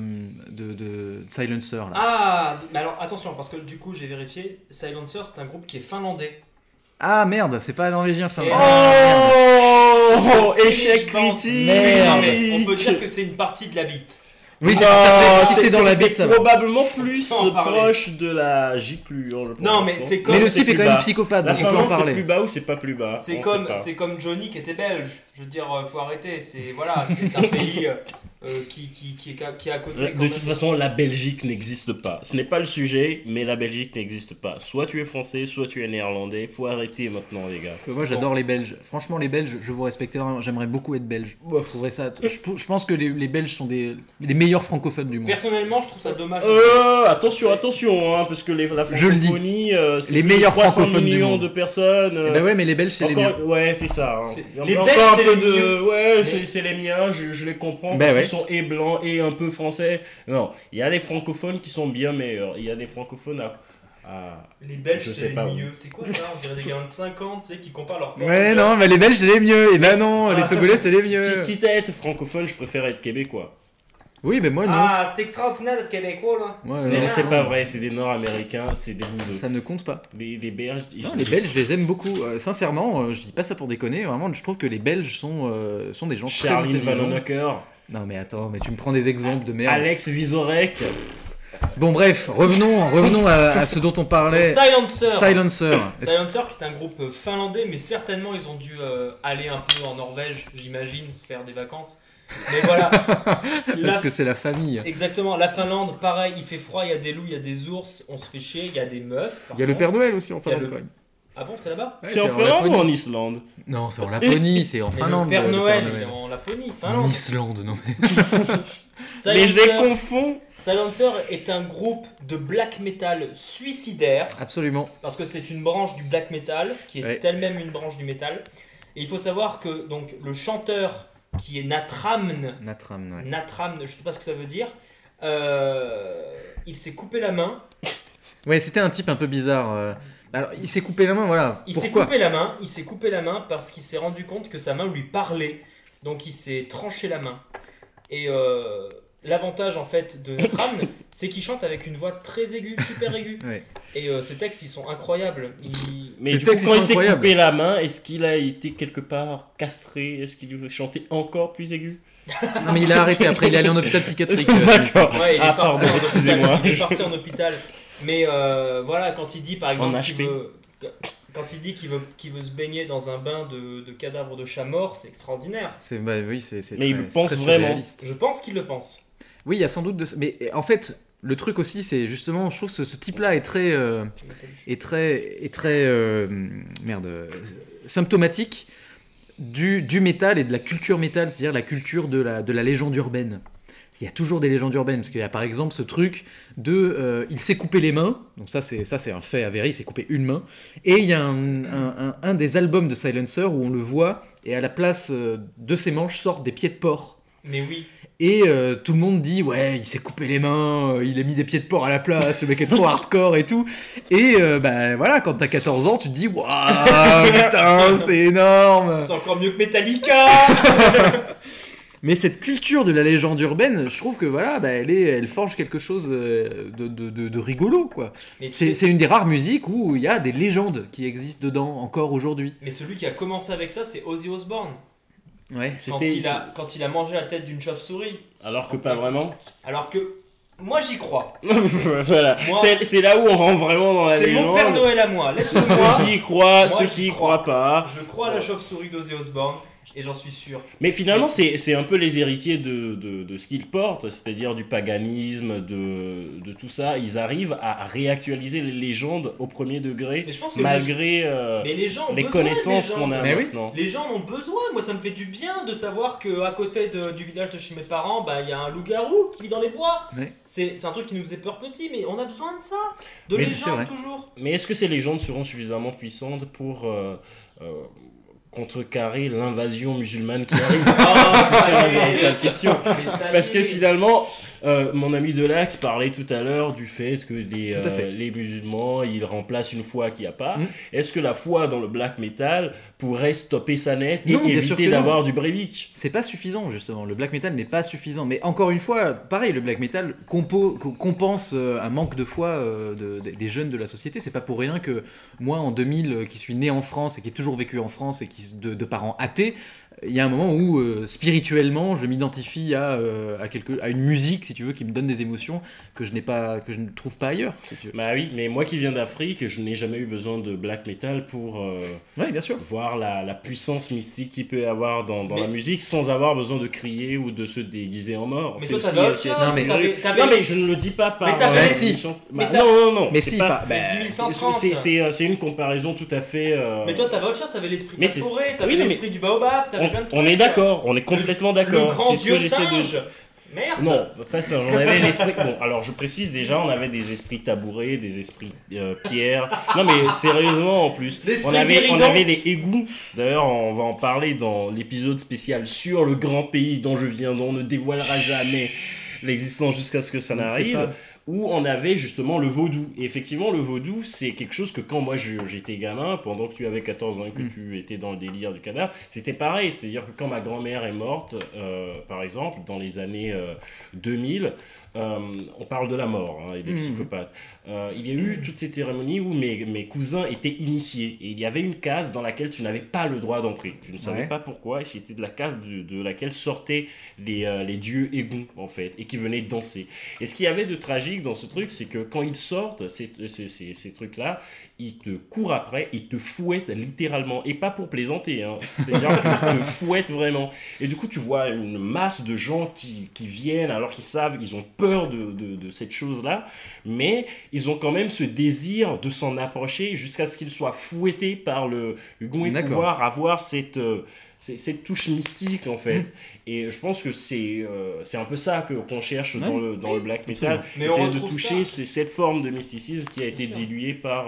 de Silencer là. Ah, mais alors attention, parce que du coup, j'ai vérifié, Silencer, c'est un groupe qui est finlandais. Ah merde, c'est pas norvégien, enfin. Et- Oh, échec Je pense. critique. Non, mais on peut dire que c'est une partie de la bite. Oui, Non, si c'est dans la bite, ça va. probablement plus Sans en parler. proche de la giclure. je pense. Non, mais c'est comme. Mais le c'est type est plus quand même bas. psychopathe, La donc on peut en Finlande, c'est parler. plus bas ou c'est pas plus bas? C'est On comme, sait pas. c'est comme Johnny qui était belge. Je veux dire, faut arrêter. C'est voilà, c'est un pays qui est à côté. quand De même. toute façon, la Belgique n'existe pas. Ce n'est pas le sujet, mais la Belgique n'existe pas. Soit tu es français, soit tu es néerlandais. Faut arrêter maintenant, les gars. Moi j'adore les Belges. Franchement, les Belges, je vous respecte énormément. J'aimerais beaucoup être belge. Je trouverais ça. Je pense que les Belges sont les meilleurs francophones du monde. Personnellement, je trouve ça dommage. Attention, hein, parce que la Je le dis. francophonie, c'est Les plus de meilleurs 300 francophones du millions monde. de personnes. Eh ben ouais, mais les Belges, c'est les mieux. Ouais, c'est ça. Hein. Les Encore Belges, un c'est peu les de. mieux. Ouais, Mais- c'est les miens, je les comprends Ben parce ouais. qu'ils sont et blancs et un peu français. Non, il y a des francophones qui sont bien meilleurs. Il y a des francophones à... Les Belges, Je c'est sais les pas. mieux. C'est quoi ça? On dirait des gars de 50, tu sais, qui comparent leur corps. Ouais, non, mais les Belges, c'est les mieux. Et ben non, les Togolais, c'est les mieux. Quitte à être francophone, je préfère être québécois. Oui, mais moi non. Ah, c'est extraordinaire d'être québécois là. Ouais, Mais non, c'est non. pas vrai, c'est des Nord-Américains, c'est des bouts de... Ça ne compte pas. Les Belges... Non, les Belges, je les aime beaucoup. Sincèrement, je dis pas ça pour déconner. Vraiment, je trouve que les Belges sont des gens très Charline intelligents. Vanhoenacker, Non, mais attends, mais tu me prends des exemples de merde. Alex Vizorek. Bon, bref, revenons à ce dont on parlait. Silencer. Silencer. Silencer qui est un groupe finlandais, mais certainement ils ont dû aller un peu en Norvège, j'imagine, faire des vacances. Mais voilà. Parce que c'est la famille. Exactement, la Finlande, pareil, il fait froid, il y a des loups, il y a des ours, on se fait chier, il y a des meufs. par Il y a le contre. Père Noël aussi en Il y a Finlande, le- quand même. Ah bon, c'est là-bas? Ouais, C'est en en Finlande ou Laponie. en Islande? Non, c'est en Laponie, c'est en Mais Finlande. le Père le Noël, il est en Laponie, En Finlande. Islande, non. Mais je les Silencer, confonds. Silencer est un groupe de black metal suicidaire, Absolument. parce que c'est une branche du black metal, qui est Ouais. elle-même une branche du metal. Et il faut savoir que donc, le chanteur, qui est Natramn, Natram, ouais. Natramn, je sais pas ce que ça veut dire, il s'est coupé la main. Ouais, c'était un type un peu bizarre. Alors, il s'est coupé la main, voilà. Il s'est Pourquoi coupé la main parce qu'il s'est rendu compte que sa main lui parlait. Donc il s'est tranché la main. Et l'avantage en fait de Natramn, c'est qu'il chante avec une voix très aiguë, super aiguë. Ouais. Et ses textes, ils sont incroyables. Mais Ces du coup, textes, quand ils il sont s'est incroyables. coupé la main, est-ce qu'il a été quelque part castré? Est-ce qu'il veut chanter encore plus aigu? Non, mais il a arrêté après, il est allé en hôpital psychiatrique. D'accord. Ouais, il est Ah, parti pardon, en hôpital. excusez-moi. Il est parti en hôpital. Mais voilà, quand il dit par exemple En qu'il HP. veut, quand il dit qu'il veut se baigner dans un bain de cadavres de chats morts, c'est extraordinaire. Oui, c'est Mais il très- pense c'est très vraiment. surréaliste. Je pense qu'il le pense. Oui, il y a sans doute de ça. Mais en fait, le truc aussi, c'est justement, je trouve que ce type-là est très, symptomatique du métal et de la culture métal, c'est-à-dire la culture de la légende urbaine. Il y a toujours des légendes urbaines, parce qu'il y a par exemple ce truc de il s'est coupé les mains, donc ça c'est un fait avéré, il s'est coupé une main, et il y a un des albums de Silencer où on le voit, et à la place de ses manches sortent des pieds de porc. Mais oui. Et tout le monde dit ouais, il s'est coupé les mains, il a mis des pieds de porc à la place, le mec est trop hardcore et tout. Et bah voilà, quand t'as 14 ans, tu te dis waouh, putain, c'est énorme. C'est encore mieux que Metallica. Mais cette culture de la légende urbaine, je trouve que voilà, bah, elle forge quelque chose de rigolo quoi. Mais, tu sais- C'est une des rares musiques où il y a des légendes qui existent dedans encore aujourd'hui. mais celui qui a commencé avec ça, c'est Ozzy Osbourne. Ouais. Quand il a mangé la tête d'une chauve-souris. Alors que pas vraiment. Alors que moi j'y crois. Voilà. Moi- C'est là où on rentre vraiment dans la C'est légende. mon Père Noël à moi. Laisse-moi. Ceux qui y croient, Moi, ceux j'y qui y crois. croient pas. Je crois à la chauve-souris d'Ozzy Osbourne et j'en suis sûr. Mais finalement, c'est un peu les héritiers de ce qu'ils portent, c'est-à-dire du paganisme, de tout ça. Ils arrivent à réactualiser les légendes au premier degré, Mais je pense que malgré Mais les gens ont les besoin connaissances des qu'on a Mais oui. maintenant. Les gens en ont besoin. Moi, ça me fait du bien de savoir qu'à côté du village de chez mes parents, bah, il y a un loup-garou qui vit dans les bois. Ouais. C'est un truc qui nous faisait peur petit, mais on a besoin de ça. De Mais c'est légendes vrai. toujours. Mais est-ce que ces légendes seront suffisamment puissantes pour contrecarrer l'invasion musulmane qui arrive? Ah, C'est ça la y est. véritable question. Mais ça Parce y que est. finalement, mon ami Delax parlait tout à l'heure du fait que Tout à fait. les musulmans, ils remplacent une foi qu'il n'y a pas. Mm. Est-ce que la foi dans le black metal pourrait stopper ça net et Non, bien sûr éviter que non. d'avoir du Breivik? C'est pas suffisant justement, le black metal n'est pas suffisant. Mais encore une fois, pareil, le black metal compense un manque de foi des jeunes de la société. C'est pas pour rien que moi en 2000, qui suis né en France et qui ai toujours vécu en France et qui de parents athées, il y a un moment où spirituellement je m'identifie à une musique, si tu veux, qui me donne des émotions que je ne trouve pas ailleurs, si tu veux. Bah oui, mais moi qui viens d'Afrique, je n'ai jamais eu besoin de black metal pour Oui, bien sûr. voir la puissance mystique qu'il peut y avoir dans la musique sans avoir besoin de crier ou de se déguiser en mort. Mais C'est toi, aussi- t'avais autre c'est chose. assez Non, mais- vrai. T'avais- Non, mais je ne le dis pas par... Mais t'avais- Bah, si. Bah, Mais non. Mais c'est si, pas... pas. Mais 10 130. C'est une comparaison tout à fait... Mais toi, t'avais autre chose, t'avais l'esprit de Mais la c'est- forêt, t'avais oui, mais- l'esprit du baobab, t'avais plein de trucs. on est d'accord, on est complètement d'accord. Le grand C'est ce que dieu j'essaie de- singe. Merde. Non, pas ça. On avait l'esprit. Bon, alors je précise déjà, on avait des esprits tabourés, des esprits pierre. Non, mais sérieusement en plus. L'esprit On avait guéridon. les égouts. D'ailleurs, on va en parler dans l'épisode spécial sur le grand pays dont je viens, dont on ne dévoilera jamais l'existence jusqu'à ce que ça On ne sait n'arrive. pas. Où on avait justement le vaudou. Et effectivement, le vaudou, c'est quelque chose que quand moi j'étais gamin, pendant que tu avais 14 ans et que tu étais dans le délire du cadavre, c'était pareil. C'est-à-dire que quand ma grand-mère est morte, par exemple, dans les années 2000, on parle de la mort et des psychopathes. Il y a eu toutes ces cérémonies où mes cousins étaient initiés. Et il y avait une case dans laquelle tu n'avais pas le droit d'entrer. Tu ne savais Ouais. pas pourquoi. Et c'était de la case de laquelle sortaient les dieux égouts, en fait, et qui venaient danser. Et ce qu'il y avait de tragique dans ce truc, c'est que quand ils sortent, ces trucs-là, ils te courent après, ils te fouettent littéralement. Et pas pour plaisanter, hein. C'est-à-dire qu'ils te fouettent vraiment. Et du coup, tu vois une masse de gens qui viennent alors qu'ils savent, ils ont peur de cette chose-là, mais ils ont quand même ce désir de s'en approcher jusqu'à ce qu'ils soient fouettés par le gon et D'accord. pouvoir avoir cette touche mystique en fait. Et je pense que c'est un peu ça qu'on cherche Ouais. dans le black metal. Mais on C'est de retrouve toucher ça. cette forme de mysticisme qui a été Bien sûr. diluée par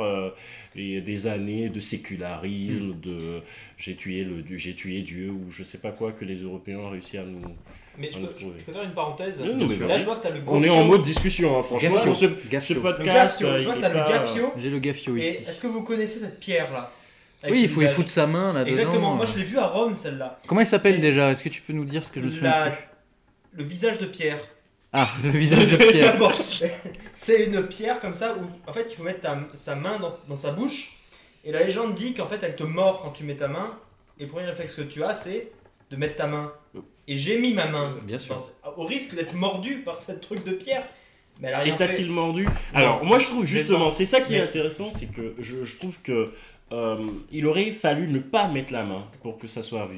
des années de sécularisme, de j'ai tué Dieu ou je sais pas quoi que les Européens ont réussi à nous... Mais On je le peux trouve. faire une parenthèse. Non, mais Là, vas-y. je vois que t'as le On est en mode discussion, hein, franchement. Gaffio. Ce Gaffio. Le podcast, gaffio. Je vois il que t'as est le pas- gaffio. J'ai le gaffio Et ici. est-ce que vous connaissez cette pierre là? Avec Oui, le il faut y visage. foutre sa main là-dedans. Exactement. Moi, je l'ai vu à Rome celle-là. Comment elle s'appelle C'est- déjà? Est-ce que tu peux nous dire ce que je me souviens La- plus? Le visage de Pierre. Ah, le visage de Pierre. Bon, c'est une pierre comme ça où en fait il faut mettre sa main dans sa bouche et la légende dit qu'en fait elle te mord quand tu mets ta main et le premier réflexe que tu as c'est de mettre ta main. Et j'ai mis ma main Bien sûr. au risque d'être mordu par cette truc de pierre. Mais elle a Et rien fait. t'a-t-il mordu? Alors, moi je trouve justement, non. c'est ça qui est Mais- intéressant, c'est que je trouve que il aurait fallu ne pas mettre la main pour que ça soit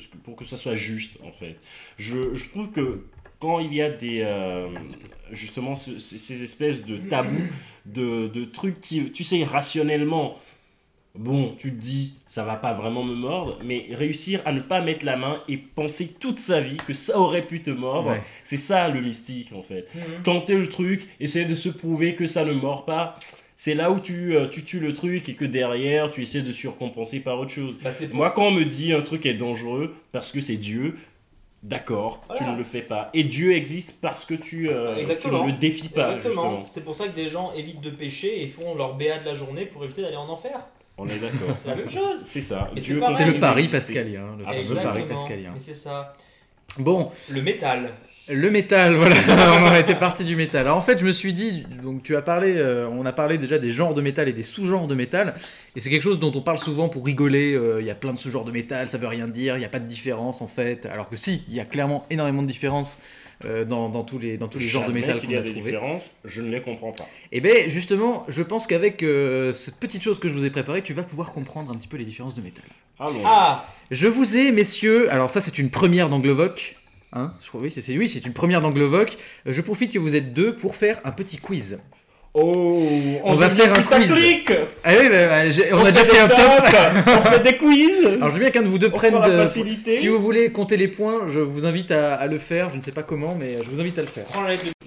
juste en fait. Je trouve que quand il y a des justement ces espèces de tabous, de trucs qui, tu sais, rationnellement, bon, tu te dis, ça va pas vraiment me mordre, mais réussir à ne pas mettre la main et penser toute sa vie que ça aurait pu te mordre, Ouais. c'est ça le mystique en fait. Mhm. Tenter le truc, essayer de se prouver que ça ne mord pas, c'est là où tu tues le truc et que derrière tu essaies de surcompenser par autre chose. Bah, c'est pour Moi, ça- quand on me dit un truc est dangereux parce que c'est Dieu, d'accord, tu Voilà. ne le fais pas. Et Dieu existe parce que tu Exactement. ne le défies pas, Exactement. justement. C'est pour ça que des gens évitent de pécher et font leur BA de la journée pour éviter d'aller en enfer. On est d'accord. C'est la même chose. C'est ça. Et Dieu c'est pareil. C'est le continue pari d'exister. pascalien. Le fameux Exactement. pari pascalien. Mais c'est ça. Bon, Le métal. le métal, voilà, on en était parti du métal. Alors en fait, je me suis dit, donc tu as parlé, on a parlé déjà des genres de métal et des sous-genres de métal, et c'est quelque chose dont on parle souvent pour rigoler. Il y a plein de sous-genres de métal, ça veut rien dire, il n'y a pas de différence en fait. Alors que si, il y a clairement énormément de différences dans tous les genres de Jamais métal qu'il qu'on y a a des trouvés. différences, je ne les comprends pas. Et bien justement, je pense qu'avec cette petite chose que je vous ai préparée, tu vas pouvoir comprendre un petit peu les différences de métal. Allons. Ah. Je vous ai, messieurs, alors ça c'est une première d'Anglevoc. Hein, je crois, oui, c'est une première d'Anglevoc. Je profite que vous êtes deux pour faire un petit quiz. Oh, On va devient faire un quiz. putaclic. Ah oui, on a déjà fait un top. On fait des quiz. Alors je veux bien qu'un de vous deux On prenne prend la de... facilité. Si vous voulez compter les points, je vous invite à le faire. Je ne sais pas comment, mais je vous invite à le faire. Prends la lettre de...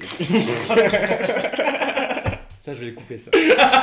Ça, je vais couper ça.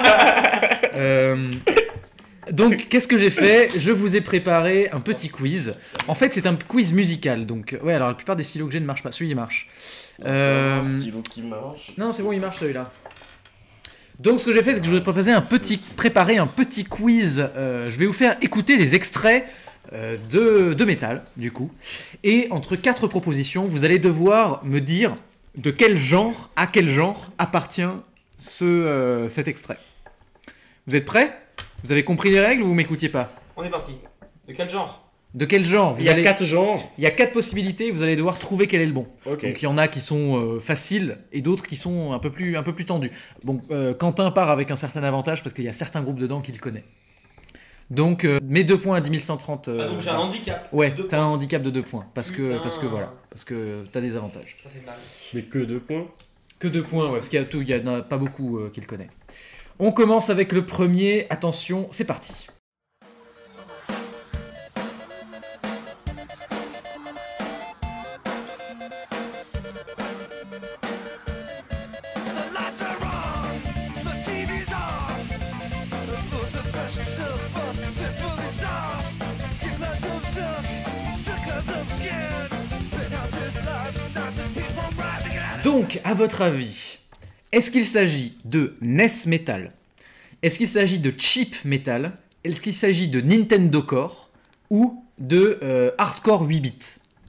Donc, qu'est-ce que j'ai fait? Je vous ai préparé un petit quiz. En fait, c'est un quiz musical. Donc, ouais, alors la plupart des stylos que j'ai ne marchent pas. Celui, il marche. Un stylo qui marche. Non, c'est bon, il marche celui-là. Donc, ce que j'ai fait, c'est que je vous ai préparé un petit quiz. Je vais vous faire écouter des extraits de métal, du coup. Et entre 4 propositions, vous allez devoir me dire de quel genre, à quel genre appartient cet extrait. Vous êtes prêts? Vous avez compris les règles ou vous m'écoutiez pas? On est parti. De quel genre? De quel genre Il y a 4 genres. Il y a 4 possibilités, vous allez devoir trouver quel est le bon. Ok. Donc il y en a qui sont faciles et d'autres qui sont un peu plus tendus. Donc Quentin part avec un certain avantage parce qu'il y a certains groupes dedans qu'il connaît. Donc mes 2 points à 10 130. Donc j'ai un handicap. Ouais, Deux t'as points. un handicap de 2 points parce que Putain. parce que t'as des avantages. Ça fait mal. Mais que 2 points. Que 2 points, ouais, parce qu'il y en a pas beaucoup qu'il connaît. On commence avec le premier. Attention, c'est parti. Donc, à votre avis, est-ce qu'il s'agit de NES Metal? Est-ce qu'il s'agit de Cheap Metal? Est-ce qu'il s'agit de Nintendo Core? Ou de Hardcore 8 bits?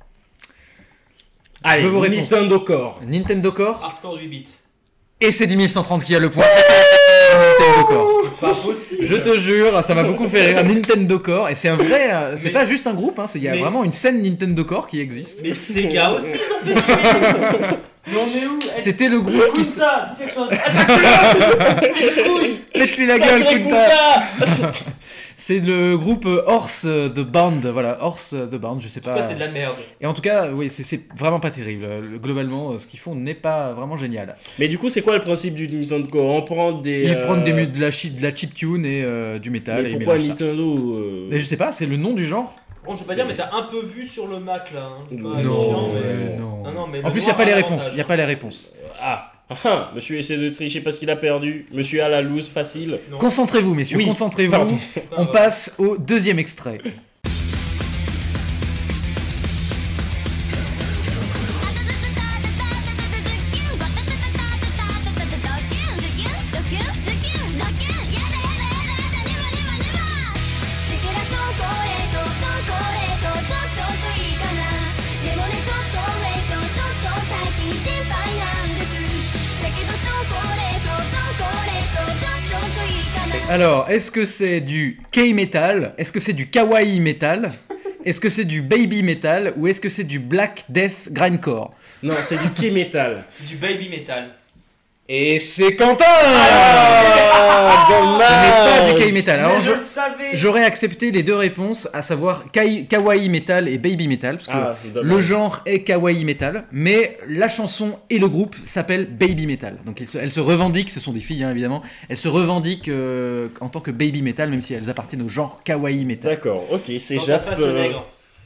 Allez, Je vous réponds. Nintendo Core. Nintendo Core? Hardcore 8 bits. Et c'est 10130 qui a le point. C'était Nintendo Core. C'est pas possible. Je te jure, ça m'a beaucoup fait rire. Nintendo Core, et c'est un vrai. C'est Mais- pas juste un groupe, hein, il y a mais- vraiment une scène Nintendo Core qui existe. Mais ces gars aussi, ils ont fait 8 bits. Mais on est où? C'était le groupe qui. Kunta, dis quelque chose. Attaque-le. Pète-lui la gueule, Kunta. C'est le groupe Horse The Band, voilà, Horse The Band, je sais En pas. tout cas, c'est de la merde. Et en tout cas, oui, c'est vraiment pas terrible. Globalement, ce qu'ils font n'est pas vraiment génial. Mais du coup, c'est quoi le principe du Nintendo Core? On prend des. Ils prennent de la chiptune et du métal Mais et ils pourquoi mélangent ça. Nintendo Mais je sais pas, c'est le nom du genre. Bon, je veux pas dire, mais t'as un peu vu sur le Mac là. Hein. C'est pas Non, chiant, mais... non. Non, mais En le plus, il n'y a noir pas les a réponses. l'avantage. Il y a pas les réponses. Monsieur essaie de tricher parce qu'il a perdu. Monsieur a la loose facile. Non. Concentrez-vous, messieurs, Oui, concentrez-vous. pardon. C'est pas On grave. passe au deuxième extrait. Alors, est-ce que c'est du K-Metal? Est-ce que c'est du Kawaii Metal? Est-ce que c'est du Baby Metal? Ou est-ce que c'est du Black Death Grindcore? Non, c'est du K-Metal. C'est du baby metal. Et c'est Quentin! Dommage. Ce n'est pas du K-Metal. Alors, Mais je le savais. j'aurais accepté les deux réponses, à savoir Kawaii Metal et Baby Metal, parce que dommage. le genre est Kawaii Metal, mais la chanson et le groupe s'appellent Baby Metal. Donc elles se revendiquent, ce sont des filles hein, évidemment, elles se revendiquent en tant que Baby Metal, même si elles appartiennent au genre Kawaii Metal. D'accord, ok, c'est Dans ta Jap. face au nègre.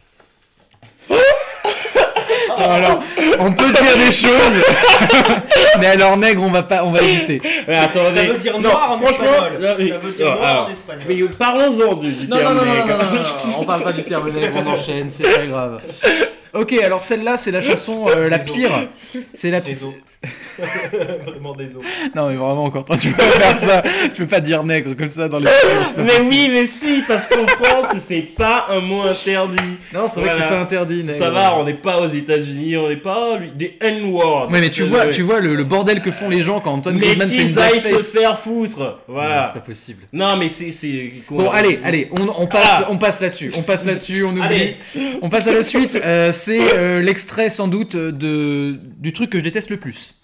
Alors, on peut dire des choses, mais alors nègre, on va éviter. Mais attendez. Ça veut dire Non, noir en franchement, espagnol. là, Ça veut dire non, noir alors, en espagnol. Mais parlons-en du terme nègre. on parle pas du terme nègre, on enchaîne, c'est pas grave. Ok, alors celle-là, c'est la chanson la Désolé. pire. C'est la Des os. Vraiment des os. Non mais vraiment Quentin, tu peux pas faire ça. Tu peux pas dire nègre comme ça dans les c'est pas Mais possible. oui, mais si, parce qu'en France, c'est pas un mot interdit. Non, c'est vrai que Voilà. c'est pas interdit. nègre. Ça va, on n'est pas aux États-Unis, on n'est pas des N-words. Ouais mais tu vois le bordel que font les gens quand Antoine Mais Griezmann fait une qu'ils aillent se blackface. faire foutre. Non, Voilà. c'est pas possible. Non, mais c'est. Bon allez, on passe là-dessus. On passe là-dessus, on oublie. Allez. On passe à la suite. C'est l'extrait sans doute du truc que je déteste le plus.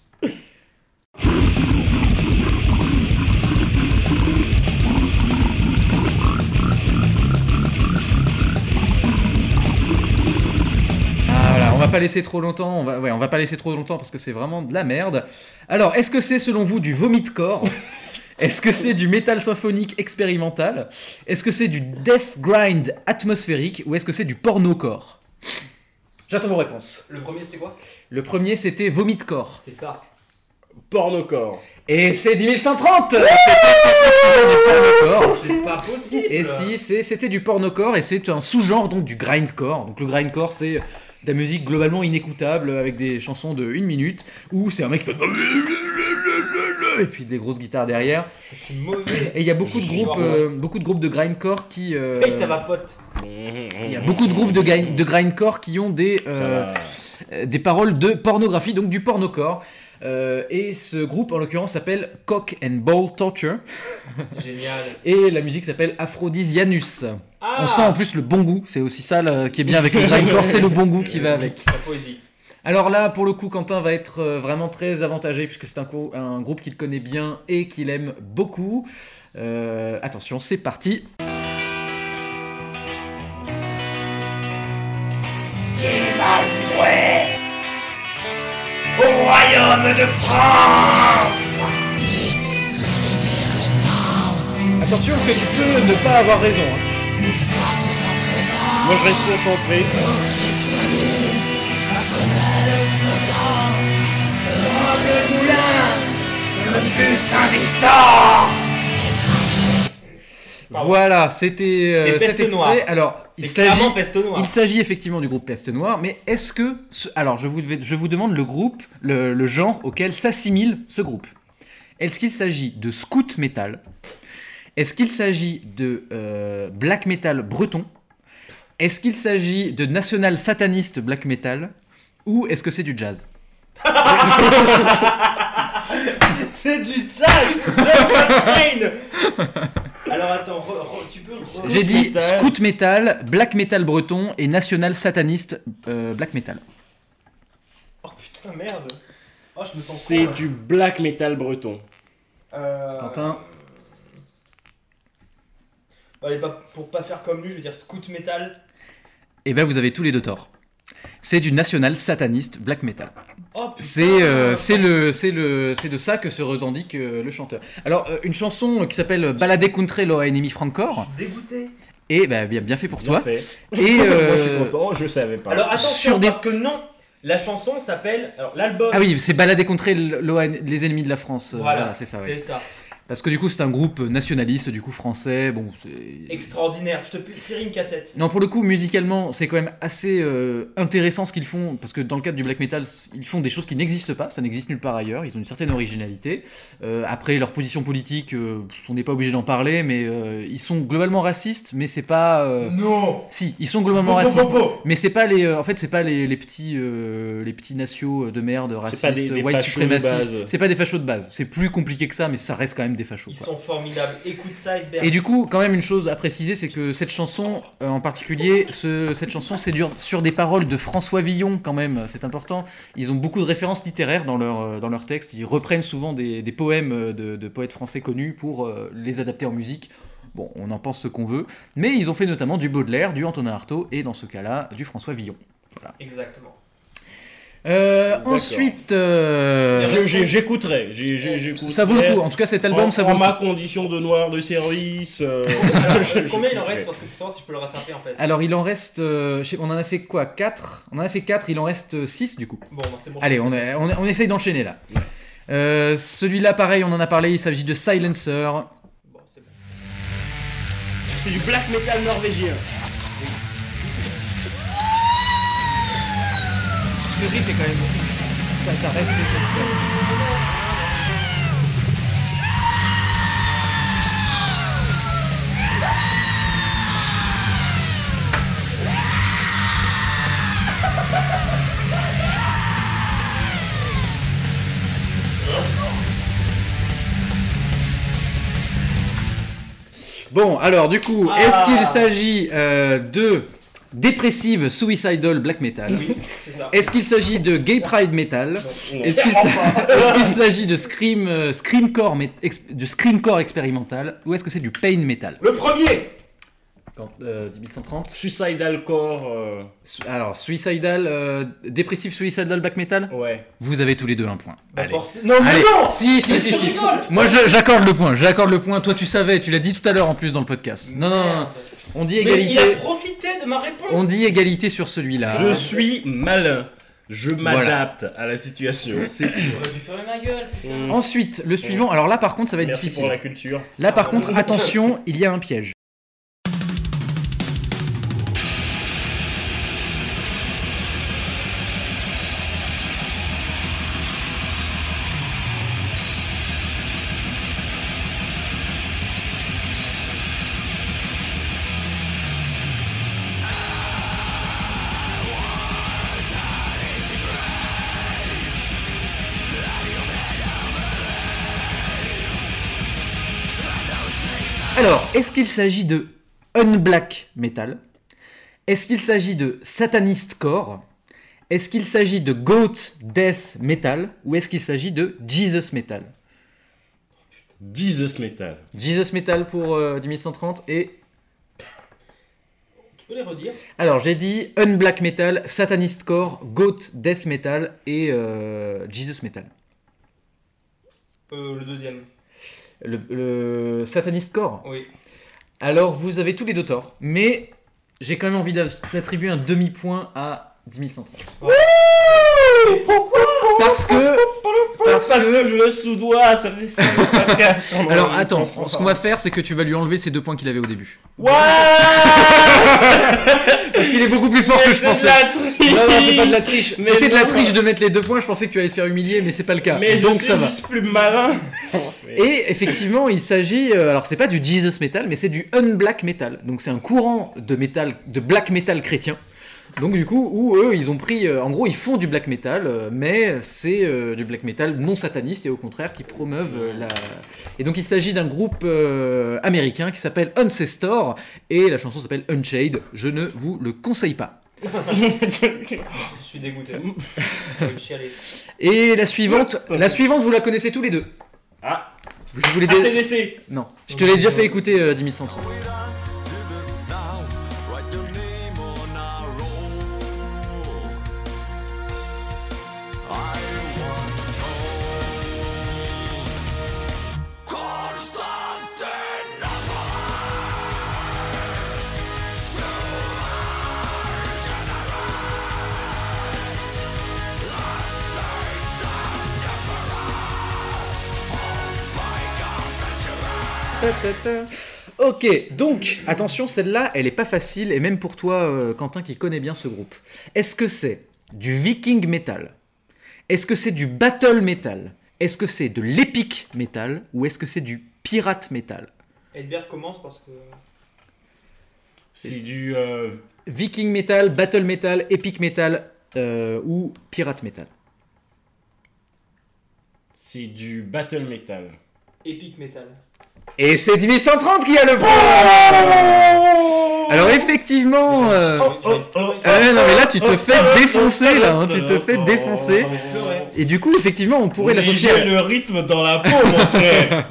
Ah, voilà, on va pas laisser trop longtemps, on va pas laisser trop longtemps parce que c'est vraiment de la merde. Alors, est-ce que c'est selon vous du vomit-core? Est-ce que c'est du métal symphonique expérimental? Est-ce que c'est du death grind atmosphérique? Ou est-ce que c'est du porno-core? J'attends vos réponses. Le premier c'était quoi? Le premier c'était vomit-core. C'est ça. Pornocore. Et c'est 10130. C'était effectivement du porno-core. C'est pas possible. Et si, c'était du pornocore et c'est un sous-genre donc du grindcore. Donc le grindcore c'est de la musique globalement inécoutable avec des chansons de 1 minute où c'est un mec qui fait et puis des grosses guitares derrière. Je suis mauvais. Et il y a beaucoup Je de suis groupes, mort, beaucoup de groupes de grindcore qui. Paye ta vapote. Il y a beaucoup de groupes de grindcore qui ont des Ça va. paroles de pornographie, donc du pornocore. Et ce groupe, en l'occurrence, s'appelle Cock and Ball Torture. Génial. Et la musique s'appelle Aphrodisianus. Ah On sent en plus le bon goût, c'est aussi ça là, qui est bien avec le grindcore, c'est le bon goût qui va avec. La poésie. Alors là, pour le coup, Quentin va être vraiment très avantagé puisque c'est un groupe qu'il connaît bien et qu'il aime beaucoup. Attention, c'est parti. Au royaume de France. Attention parce que tu peux ne pas avoir raison. Hein. Moi je reste concentré. Saint-Victor. Voilà, c'était C'est Peste cet extrait. Noire. Alors, C'est clairement Peste Noire. Il s'agit effectivement du groupe Peste Noire, mais est-ce que... Alors, je vous demande le groupe, le genre auquel s'assimile ce groupe. Est-ce qu'il s'agit de scout metal? Est-ce qu'il s'agit de black metal breton? Est-ce qu'il s'agit de national sataniste black metal? Ou est-ce que c'est du jazz? C'est du jazz. John Coltrane. Alors attends, tu peux... J'ai dit metal. scout metal, black metal breton et national sataniste black metal. Oh putain, merde. Oh, je me sens C'est con, du black metal breton. là. Quentin. Allez, pour pas faire comme lui, je vais dire scout metal. Eh ben vous avez tous les deux tort. C'est du national sataniste black metal. Oh putain. C'est de ça que se revendique le chanteur. Alors une chanson qui s'appelle Balade contre lo enemy Je Francor suis dégoûté. et bah, bien fait pour Bien toi. fait. Et Moi je suis content, je savais pas. Alors attention, Sur des- parce que non, la chanson s'appelle... Alors l'album... ah oui, c'est Balade contre les ennemis de la France. Voilà, c'est ça. Ouais. c'est ça. Parce que du coup c'est un groupe nationaliste, du coup français. Bon, c'est Extraordinaire. Je te paierai une cassette. Non, pour le coup, musicalement, c'est quand même assez intéressant ce qu'ils font, parce que dans le cadre du black metal, ils font des choses qui n'existent pas, ça n'existe nulle part ailleurs, ils ont une certaine originalité. Après, leur position politique, on n'est pas obligé d'en parler, mais ils sont globalement racistes, mais c'est pas... Non. Si, ils sont globalement racistes, mais c'est pas les... en fait, c'est pas les petits nationaux de merde, racistes, pas des white fachos de suprémacistes. base. C'est pas des fachos de base, c'est plus compliqué que ça, mais ça reste quand même des fachos. Ils quoi. sont formidables. Écoute ça, Edbert. Et du coup, quand même, une chose à préciser, c'est que cette chanson, en particulier, cette chanson, c'est sur des paroles de François Villon, quand même, c'est important. Ils ont beaucoup de références littéraires dans leur texte. Ils reprennent souvent des poèmes de poètes français connus pour les adapter en musique. Bon, on en pense ce qu'on veut. Mais ils ont fait notamment du Baudelaire, du Antonin Artaud et, dans ce cas-là, du François Villon. Exactement. Ensuite, J'écouterai. ça vaut le coup. En tout cas, cet album, ça vaut en le ma coup. condition de noir de service. Combien il en reste? Parce que pour savoir si je peux le rattraper en fait. Alors, il en reste... on en a fait quoi 4 On en a fait 4, il en reste 6 du coup. Bon, bah, c'est bon. Allez, on essaye d'enchaîner là. Celui-là, pareil, on en a parlé, il s'agit de Silencer. Bon, c'est bon. C'est du black metal norvégien. Ce riff est quand même... Ça reste... Bon, alors du coup, est-ce qu'il s'agit de dépressive suicidal black metal? Oui, c'est ça. Est-ce qu'il s'agit de gay pride metal? Non. Est-ce qu'il s'agit de screamcore expérimental? Ou est-ce que c'est du pain metal? Le premier. 10130. Suicidal core. Alors, suicidal, dépressive suicidal black metal? Ouais. Vous avez tous les deux un point. Bah, Allez. non, mais Allez. non. Si. tu rigoles. Moi, j'accorde le point. Toi, tu savais, tu l'as dit tout à l'heure en plus dans le podcast. Non. Merde. On dit Mais il a égalité. profité de ma réponse. On dit égalité sur celui-là. Je suis malin. Je m'adapte à la situation. C'est tout. J'aurais dû fermer ma gueule, putain. Ensuite, le suivant. Alors là, par contre, ça va être Merci difficile. pour la culture. Là, par contre, attention, il y a un piège. Alors, est-ce qu'il s'agit de Unblack Metal? Est-ce qu'il s'agit de Satanist Core? Est-ce qu'il s'agit de Goat Death Metal? Ou est-ce qu'il s'agit de Jesus Metal? Jesus Metal. Jesus Metal pour 10130 et... Tu peux les redire? Alors, j'ai dit Unblack Metal, Satanist Core, Goat Death Metal et Jesus Metal. Le deuxième. Le Satanist Core. Oui. Alors, vous avez tous les deux tort, mais j'ai quand même envie d'attribuer un demi-point à 10130. Parce que je le sous-dois, ça fait 5 podcasts. Alors attends, ce qu'on va faire, c'est que tu vas lui enlever ces 2 points qu'il avait au début. Ouais. Parce qu'il est beaucoup plus fort que je pensais. Non, c'est pas de la triche. Mais C'était de la non. triche de mettre les 2 points. Je pensais que tu allais te faire humilier, mais c'est pas le cas. Mais donc je suis ça va. juste plus malin. Et effectivement, il s'agit. Alors c'est pas du Jesus Metal, mais c'est du Unblack Metal. Donc c'est un courant de métal, de black metal chrétien. Donc du coup, où eux, ils ont pris... en gros, ils font du black metal, mais c'est du black metal non sataniste et au contraire qui promeuvent la... Et donc il s'agit d'un groupe américain qui s'appelle Ancestor et la chanson s'appelle Unchained. Je ne vous le conseille pas. Je suis dégoûté. Je vais chialer. Et la suivante, vous la connaissez tous les deux. Ah, Je vous l'ai ACDC. Non, je te l'ai déjà fait écouter 10130. Ok, donc, attention, celle-là, elle est pas facile, et même pour toi, Quentin, qui connais bien ce groupe. Est-ce que c'est du viking metal? Est-ce que c'est du battle metal? Est-ce que c'est de l'epic metal? Ou est-ce que c'est du pirate metal? Edberg commence parce que... C'est du... Viking metal, battle metal, epic metal ou pirate metal? C'est du battle metal. Epic Metal. Et c'est 10130 qui a le point. Alors effectivement... Ah ouais, non mais là tu te fais défoncer là, hein, tu te fais défoncer. Et du coup effectivement on pourrait l'associer J'ai le rythme dans la peau mon frère.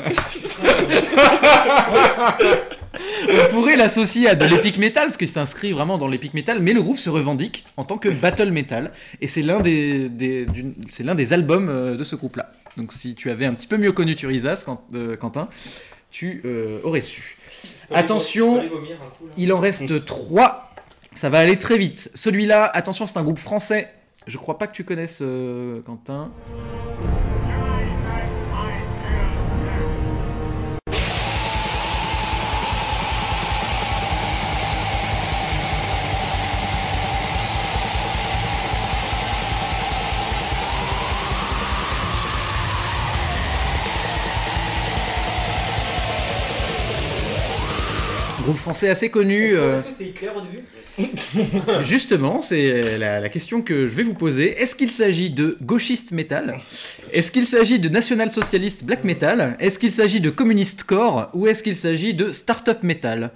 On pourrait l'associer à de l'epic metal parce qu'il s'inscrit vraiment dans l'epic metal, mais le groupe se revendique en tant que battle metal et c'est l'un des albums de ce groupe-là. Donc si tu avais un petit peu mieux connu Turizas, Quentin, tu aurais su. Attention, il en reste 3. Ça va aller très vite. Celui-là, attention, c'est un groupe français. Je crois pas que tu connaisses Quentin. Groupe français assez connu. Est-ce que c'était Hitler au début? Justement, c'est la question que je vais vous poser. Est-ce qu'il s'agit de gauchiste metal? Est-ce qu'il s'agit de national-socialiste black metal? Est-ce qu'il s'agit de communiste core? Ou est-ce qu'il s'agit de start-up metal?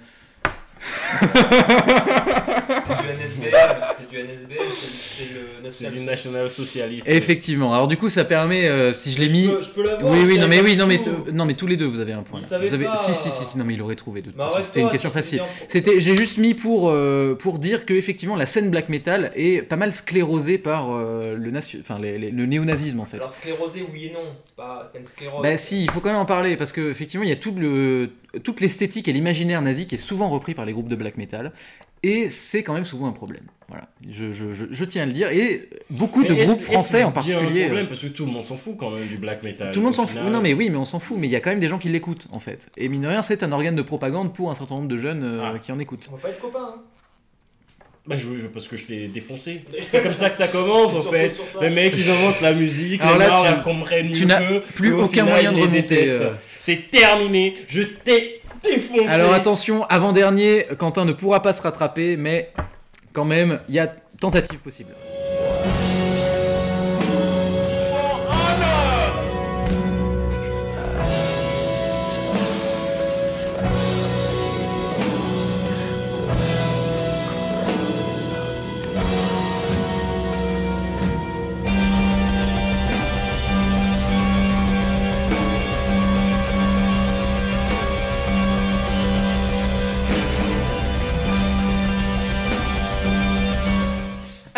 C'est du NSB, c'est le C'est du National Socialiste. Effectivement. Alors du coup, ça permet, si je l'ai mis... Je peux l'avoir. Oui, non mais, tout. non mais tous les deux vous avez un point. Il savait Vous avez... pas. Si, non mais il aurait trouvé de toute Bah, façon. arrête C'était toi, une question ça, c'est facile. bien. J'ai juste mis pour dire que effectivement la scène black metal est pas mal sclérosée par le néonazisme en fait. Alors sclérosé, oui et non. C'est pas une sclérose. Bah si, il faut quand même en parler parce que effectivement il y a toute l'esthétique et l'imaginaire nazi qui est souvent repris par les groupes de black metal. Et c'est quand même souvent un problème. Voilà, je tiens à le dire. Et beaucoup de groupes français en particulier. C'est un problème parce que tout le monde s'en fout quand même du black metal. Tout le monde s'en fout. Non mais oui, mais on s'en fout. Mais il y a quand même des gens qui l'écoutent en fait. Et mine de rien, c'est un organe de propagande pour un certain nombre de jeunes qui en écoutent. On va pas être copains. Hein. Bah parce que je t'ai défoncé. C'est comme ça que ça commence C'est en surtout fait. sur ça. Les mecs ils inventent la musique, Alors les là, morts tu- la comprennent mieux tu n'as qu'eux, plus et au aucun final, moyen ils de les remonter, détestent. C'est terminé, je t'ai défoncé. Alors attention, avant-dernier, Quentin ne pourra pas se rattraper, mais quand même, il y a tentative possible.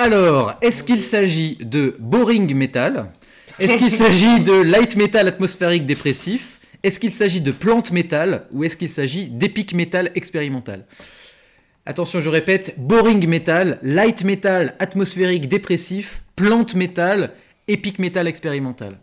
Alors, est-ce qu'il s'agit de boring metal? Est-ce qu'il s'agit de light metal atmosphérique dépressif? Est-ce qu'il s'agit de plant metal? Ou est-ce qu'il s'agit d'epic metal expérimental? Attention, je répète, boring metal, light metal atmosphérique dépressif, plant metal, epic metal expérimental.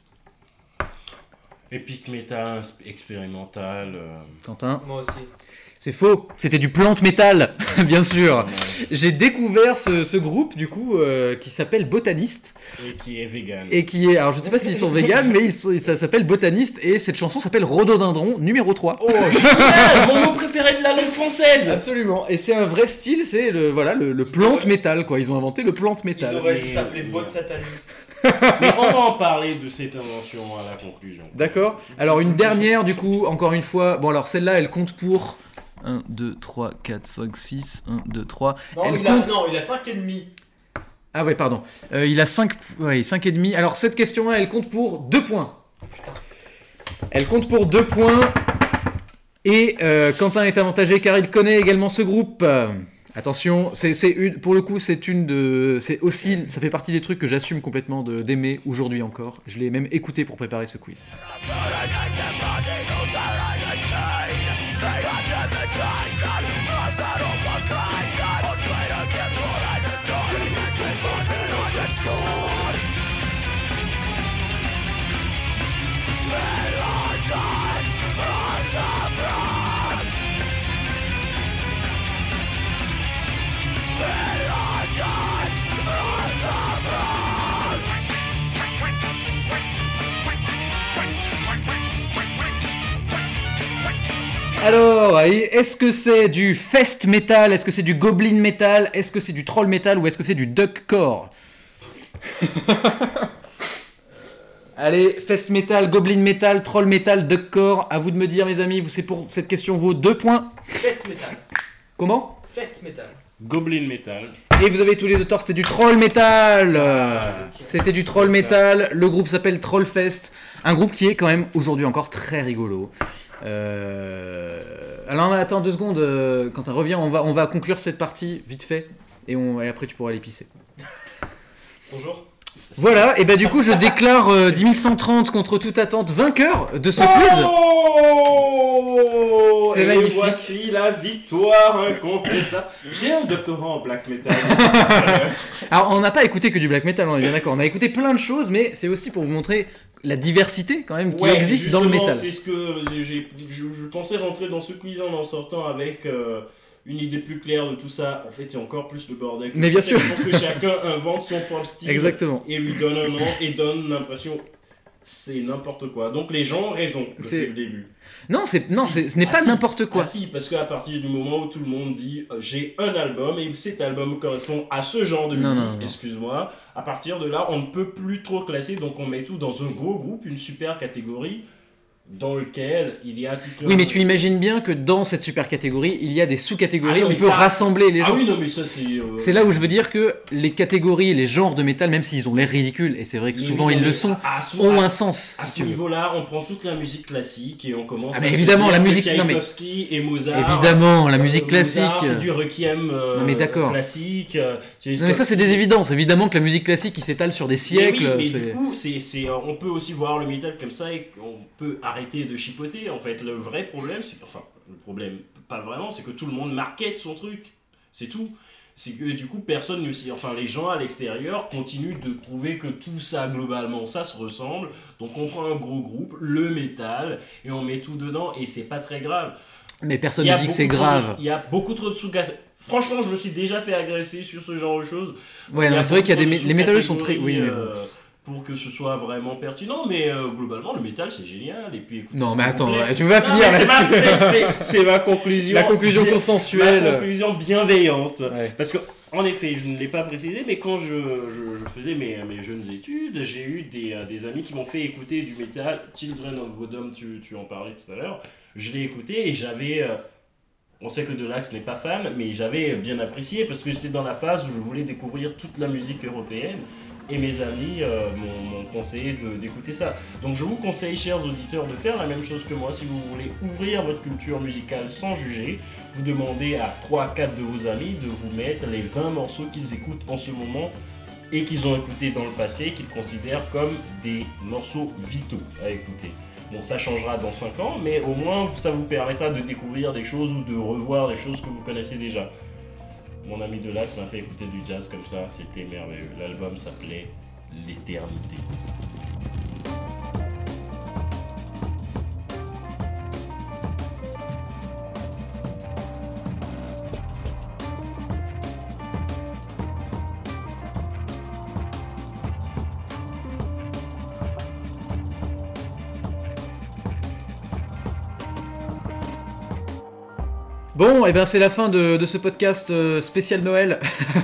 Epic metal expérimental. Quentin? Moi aussi. C'est faux, c'était du plant metal, bien sûr. J'ai découvert ce groupe du coup qui s'appelle Botaniste Et qui est vegan. et qui est, alors je ne sais pas s'ils sont véganes, mais ça s'appelle Botaniste et cette chanson s'appelle Rhododendron numéro 3. Oh, génial. Mon mot préféré de la langue française. Absolument, et c'est un vrai style, c'est le plant metal quoi, ils ont inventé le plant Ils metal. auraient dû Mais- s'appeler bot sataniste. Mais on va en parler de cette invention à la conclusion. D'accord. Alors une dernière du coup, encore une fois, bon alors celle-là elle compte pour 1, 2, 3, 4, 5, 6, 1, 2, 3. Non, Elle il a compte... 5,5. Ah ouais, pardon. Il a 5, ouais, 5,5. Alors cette question-là, elle compte pour 2 points. Elle compte pour 2 points. Et Quentin est avantagé car il connaît également ce groupe. Attention, pour le coup, c'est aussi, ça fait partie des trucs que j'assume complètement d'aimer aujourd'hui encore. Je l'ai même écouté pour préparer ce quiz. Alors, est-ce que c'est du fest metal? Est-ce que c'est du goblin metal? Est-ce que c'est du troll metal? Ou est-ce que c'est du duckcore? Allez, fest metal, goblin metal, troll metal, duckcore. À vous de me dire, mes amis, cette question vaut 2 points. Fest metal. Comment? Fest metal. Goblin metal. Et vous avez tous les deux tort, c'était du troll metal. C'était du troll metal. Le groupe s'appelle Trollfest. Un groupe qui est quand même aujourd'hui encore très rigolo. Alors attends 2 secondes, Quentin, reviens, on va conclure cette partie vite fait et après tu pourras aller pisser. Bonjour. Voilà, et bah du coup je déclare 10130 contre toute attente vainqueur de ce quiz. Oh, C'est et magnifique. Voici la victoire incontestable. J'ai un doctorat en black metal. Alors on n'a pas écouté que du black metal, on est bien d'accord, on a écouté plein de choses, mais c'est aussi pour vous montrer la diversité quand même qui Ouais, existe dans le justement, métal. C'est ce que je pensais rentrer dans ce quiz en sortant avec une idée plus claire de tout ça. En fait, c'est encore plus le bordel. Mais bien sûr. Je pense que chacun invente son propre style. Exactement. Et lui donne un nom et donne l'impression c'est n'importe quoi. Donc les gens ont raison depuis le début. Non, ce n'est pas n'importe quoi. Ah si, parce qu'à partir du moment où tout le monde dit j'ai un album et cet album correspond à ce genre de musique, non. excuse-moi, à partir de là on ne peut plus trop classer, donc on met tout dans un gros groupe, une super catégorie dans lequel il y a tout un... Oui, mais tu imagines bien que dans cette super catégorie, il y a des sous-catégories, Ah non, on mais peut ça- rassembler les gens. Ah oui, non mais ça c'est... C'est là où je veux dire que les catégories, les genres de métal, même s'ils ont l'air ridicules, et c'est vrai que Mais souvent oui, non, ils le mais sont, à ont un sens. À si ce tu veux. niveau-là, on prend toute la musique classique et on commence Ah, mais à se évidemment, dire la que musique- non, mais- Tchaïkovski et Mozart... Évidemment, la musique classique. Mozart, c'est du requiem Non, mais d'accord. classique. Non mais ça c'est des évidences, évidemment que la musique classique qui s'étale sur des siècles, Mais c'est... du coup, on peut aussi voir le métal comme ça et on peut arrêter de chipoter. En fait, le vrai problème, c'est enfin, le problème, pas vraiment, c'est que tout le monde market son truc. C'est tout. C'est que du coup, personne ne s'y... Enfin, les gens à l'extérieur continuent de trouver que tout ça, globalement, ça se ressemble. Donc on prend un gros groupe, le métal, et on met tout dedans, et c'est pas très grave. Mais personne Il y ne a dit que c'est beaucoup trop de- grave. Il y a beaucoup trop de sous. Franchement, je me suis déjà fait agresser sur ce genre de choses. Ouais, non, c'est vrai qu'il y a des... Les métalleux sont très... Oui, mais bon. Pour que ce soit vraiment pertinent, mais globalement, le métal c'est génial. Et puis, écoutez, Non s'il mais vous attends, plaît. tu peux pas Non, finir mais là-dessus. c'est ma conclusion. La conclusion bien- consensuelle. Ma conclusion bienveillante. Ouais. Parce que, en effet, je ne l'ai pas précisé, mais quand je faisais mes jeunes études, j'ai eu des amis qui m'ont fait écouter du métal. Children of Bodom, tu en parlais tout à l'heure. Je l'ai écouté et j'avais. On sait que Delax n'est pas fan, mais j'avais bien apprécié parce que j'étais dans la phase où je voulais découvrir toute la musique européenne. et mes amis m'ont conseillé d'écouter ça. Donc je vous conseille, chers auditeurs, de faire la même chose que moi. Si vous voulez ouvrir votre culture musicale sans juger, vous demandez à 3-4 de vos amis de vous mettre les 20 morceaux qu'ils écoutent en ce moment et qu'ils ont écoutés dans le passé, qu'ils considèrent comme des morceaux vitaux à écouter. Bon, ça changera dans 5 ans, mais au moins ça vous permettra de découvrir des choses ou de revoir des choses que vous connaissez déjà. Mon ami Delax m'a fait écouter du jazz comme ça, c'était merveilleux. L'album s'appelait L'éternité. Bon, et ben c'est la fin de ce podcast spécial Noël.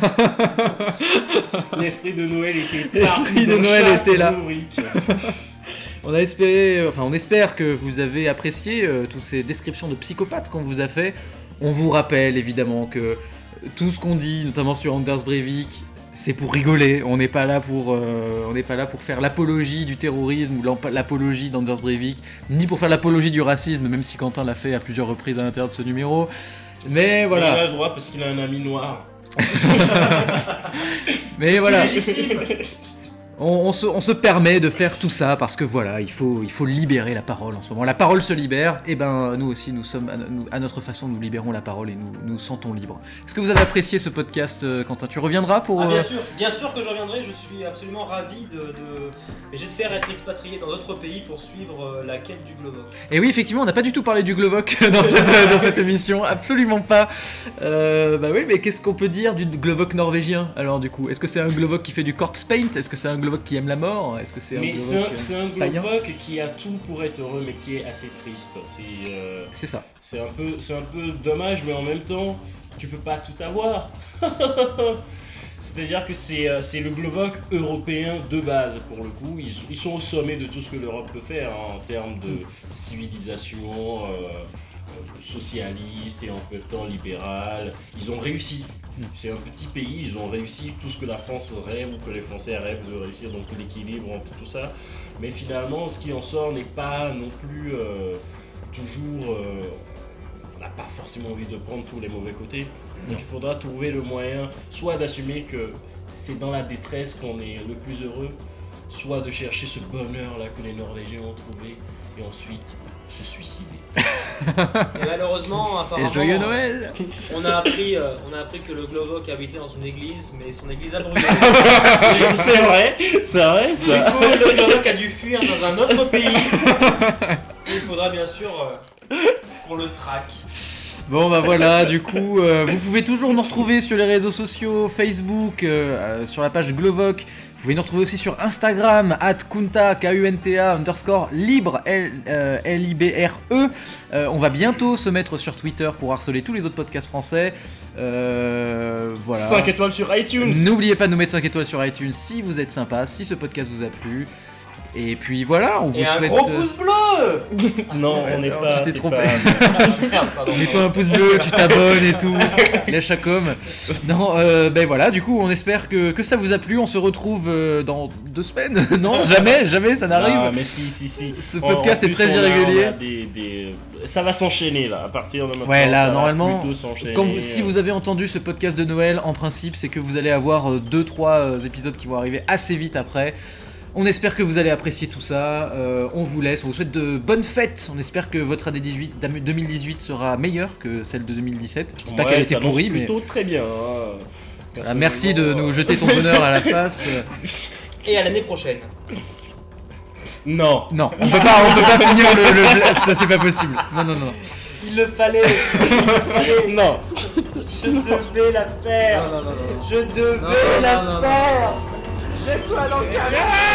L'esprit de Noël était L'esprit de dans Noël chaque était là. rubrique. On espère que vous avez apprécié toutes ces descriptions de psychopathes qu'on vous a fait. On vous rappelle évidemment que tout ce qu'on dit, notamment sur Anders Breivik, c'est pour rigoler. On n'est pas là pour faire l'apologie du terrorisme ou l'apologie d'Anders Breivik, ni pour faire l'apologie du racisme, même si Quentin l'a fait à plusieurs reprises à l'intérieur de ce numéro. Mais voilà. Il a le droit parce qu'il a un ami noir. Mais voilà. Légitime. On se permet de faire tout ça parce que voilà, il faut libérer la parole en ce moment. La parole se libère, et ben nous aussi, nous sommes à notre façon, nous libérons la parole et nous sentons libres. Est-ce que vous avez apprécié ce podcast, Quentin? Tu reviendras pour... Ah, bien sûr que je reviendrai, je suis absolument ravi et j'espère être expatrié dans d'autres pays pour suivre la quête du Glovoc. Et oui, effectivement, on n'a pas du tout parlé du Glovoc dans cette émission, absolument pas. Bah oui, mais qu'est-ce qu'on peut dire du Glovoc norvégien alors du coup? Est-ce que c'est un Glovoc qui fait du corpse paint? Est-ce que c'est un Glovoc qui aime la mort? Est-ce que c'est un Glovoc c'est un païen? Glovoc qui a tout pour être heureux, mais qui est assez triste. C'est ça. C'est un peu dommage, mais en même temps, tu peux pas tout avoir. C'est-à-dire que c'est le Glovoc européen de base, pour le coup. Ils sont au sommet de tout ce que l'Europe peut faire hein, en termes de civilisation socialiste et en même temps libérale. Ils ont réussi. C'est un petit pays, ils ont réussi tout ce que la France rêve ou que les Français rêvent de réussir, donc l'équilibre entre tout ça. Mais finalement, ce qui en sort n'est pas non plus toujours... on n'a pas forcément envie de prendre tous les mauvais côtés. Donc il faudra trouver le moyen, soit d'assumer que c'est dans la détresse qu'on est le plus heureux, soit de chercher ce bonheur-là que les Norvégiens ont trouvé, et ensuite se suicider. Et malheureusement, apparemment, Et joyeux Noël. on a appris que le Glovoc habitait dans une église, mais son église a brûlé. C'est vrai ça. Du coup, le Glovoc a dû fuir dans un autre pays. Et il faudra bien sûr qu'on le traque. Bon bah voilà, du coup, vous pouvez toujours nous retrouver sur les réseaux sociaux, Facebook, sur la page Glovoc. Vous pouvez nous retrouver aussi sur Instagram, @kunta, KUNTA, _libre, LIBRE. On va bientôt se mettre sur Twitter pour harceler tous les autres podcasts français. Voilà. 5 étoiles sur iTunes. N'oubliez pas de nous mettre 5 étoiles sur iTunes si vous êtes sympa, si ce podcast vous a plu. Et puis voilà, on vous Et un souhaite... gros pouce bleu. Non, on n'est alors, pas... tu t'es c'est trompé. pas- Merde, pardon. Mets-toi un pouce bleu, tu t'abonnes et tout, lèche à com. Non, ben voilà, du coup on espère que ça vous a plu, on se retrouve dans 2 semaines. Non, jamais, ça n'arrive. Ah, mais si. Ce podcast En est plus, très on a irrégulier. Ça va s'enchaîner là, à partir de maintenant. Ouais, là, ça va normalement, plutôt s'enchaîner. Si vous avez entendu ce podcast de Noël, en principe, c'est que vous allez avoir 2-3 épisodes qui vont arriver assez vite après. On espère que vous allez apprécier tout ça, on vous laisse, on vous souhaite de bonnes fêtes, on espère que votre année 2018 sera meilleure que celle de 2017, je dis pas qu'elle était pourrie, mais plutôt très bien. voilà, merci de nous jeter ton bonheur à la face. Et à l'année prochaine. Non. Non, on peut pas finir le ça c'est pas possible, non. Il le fallait. Non. Je devais la faire. Non. Je devais la faire. Jette-toi dans le canal.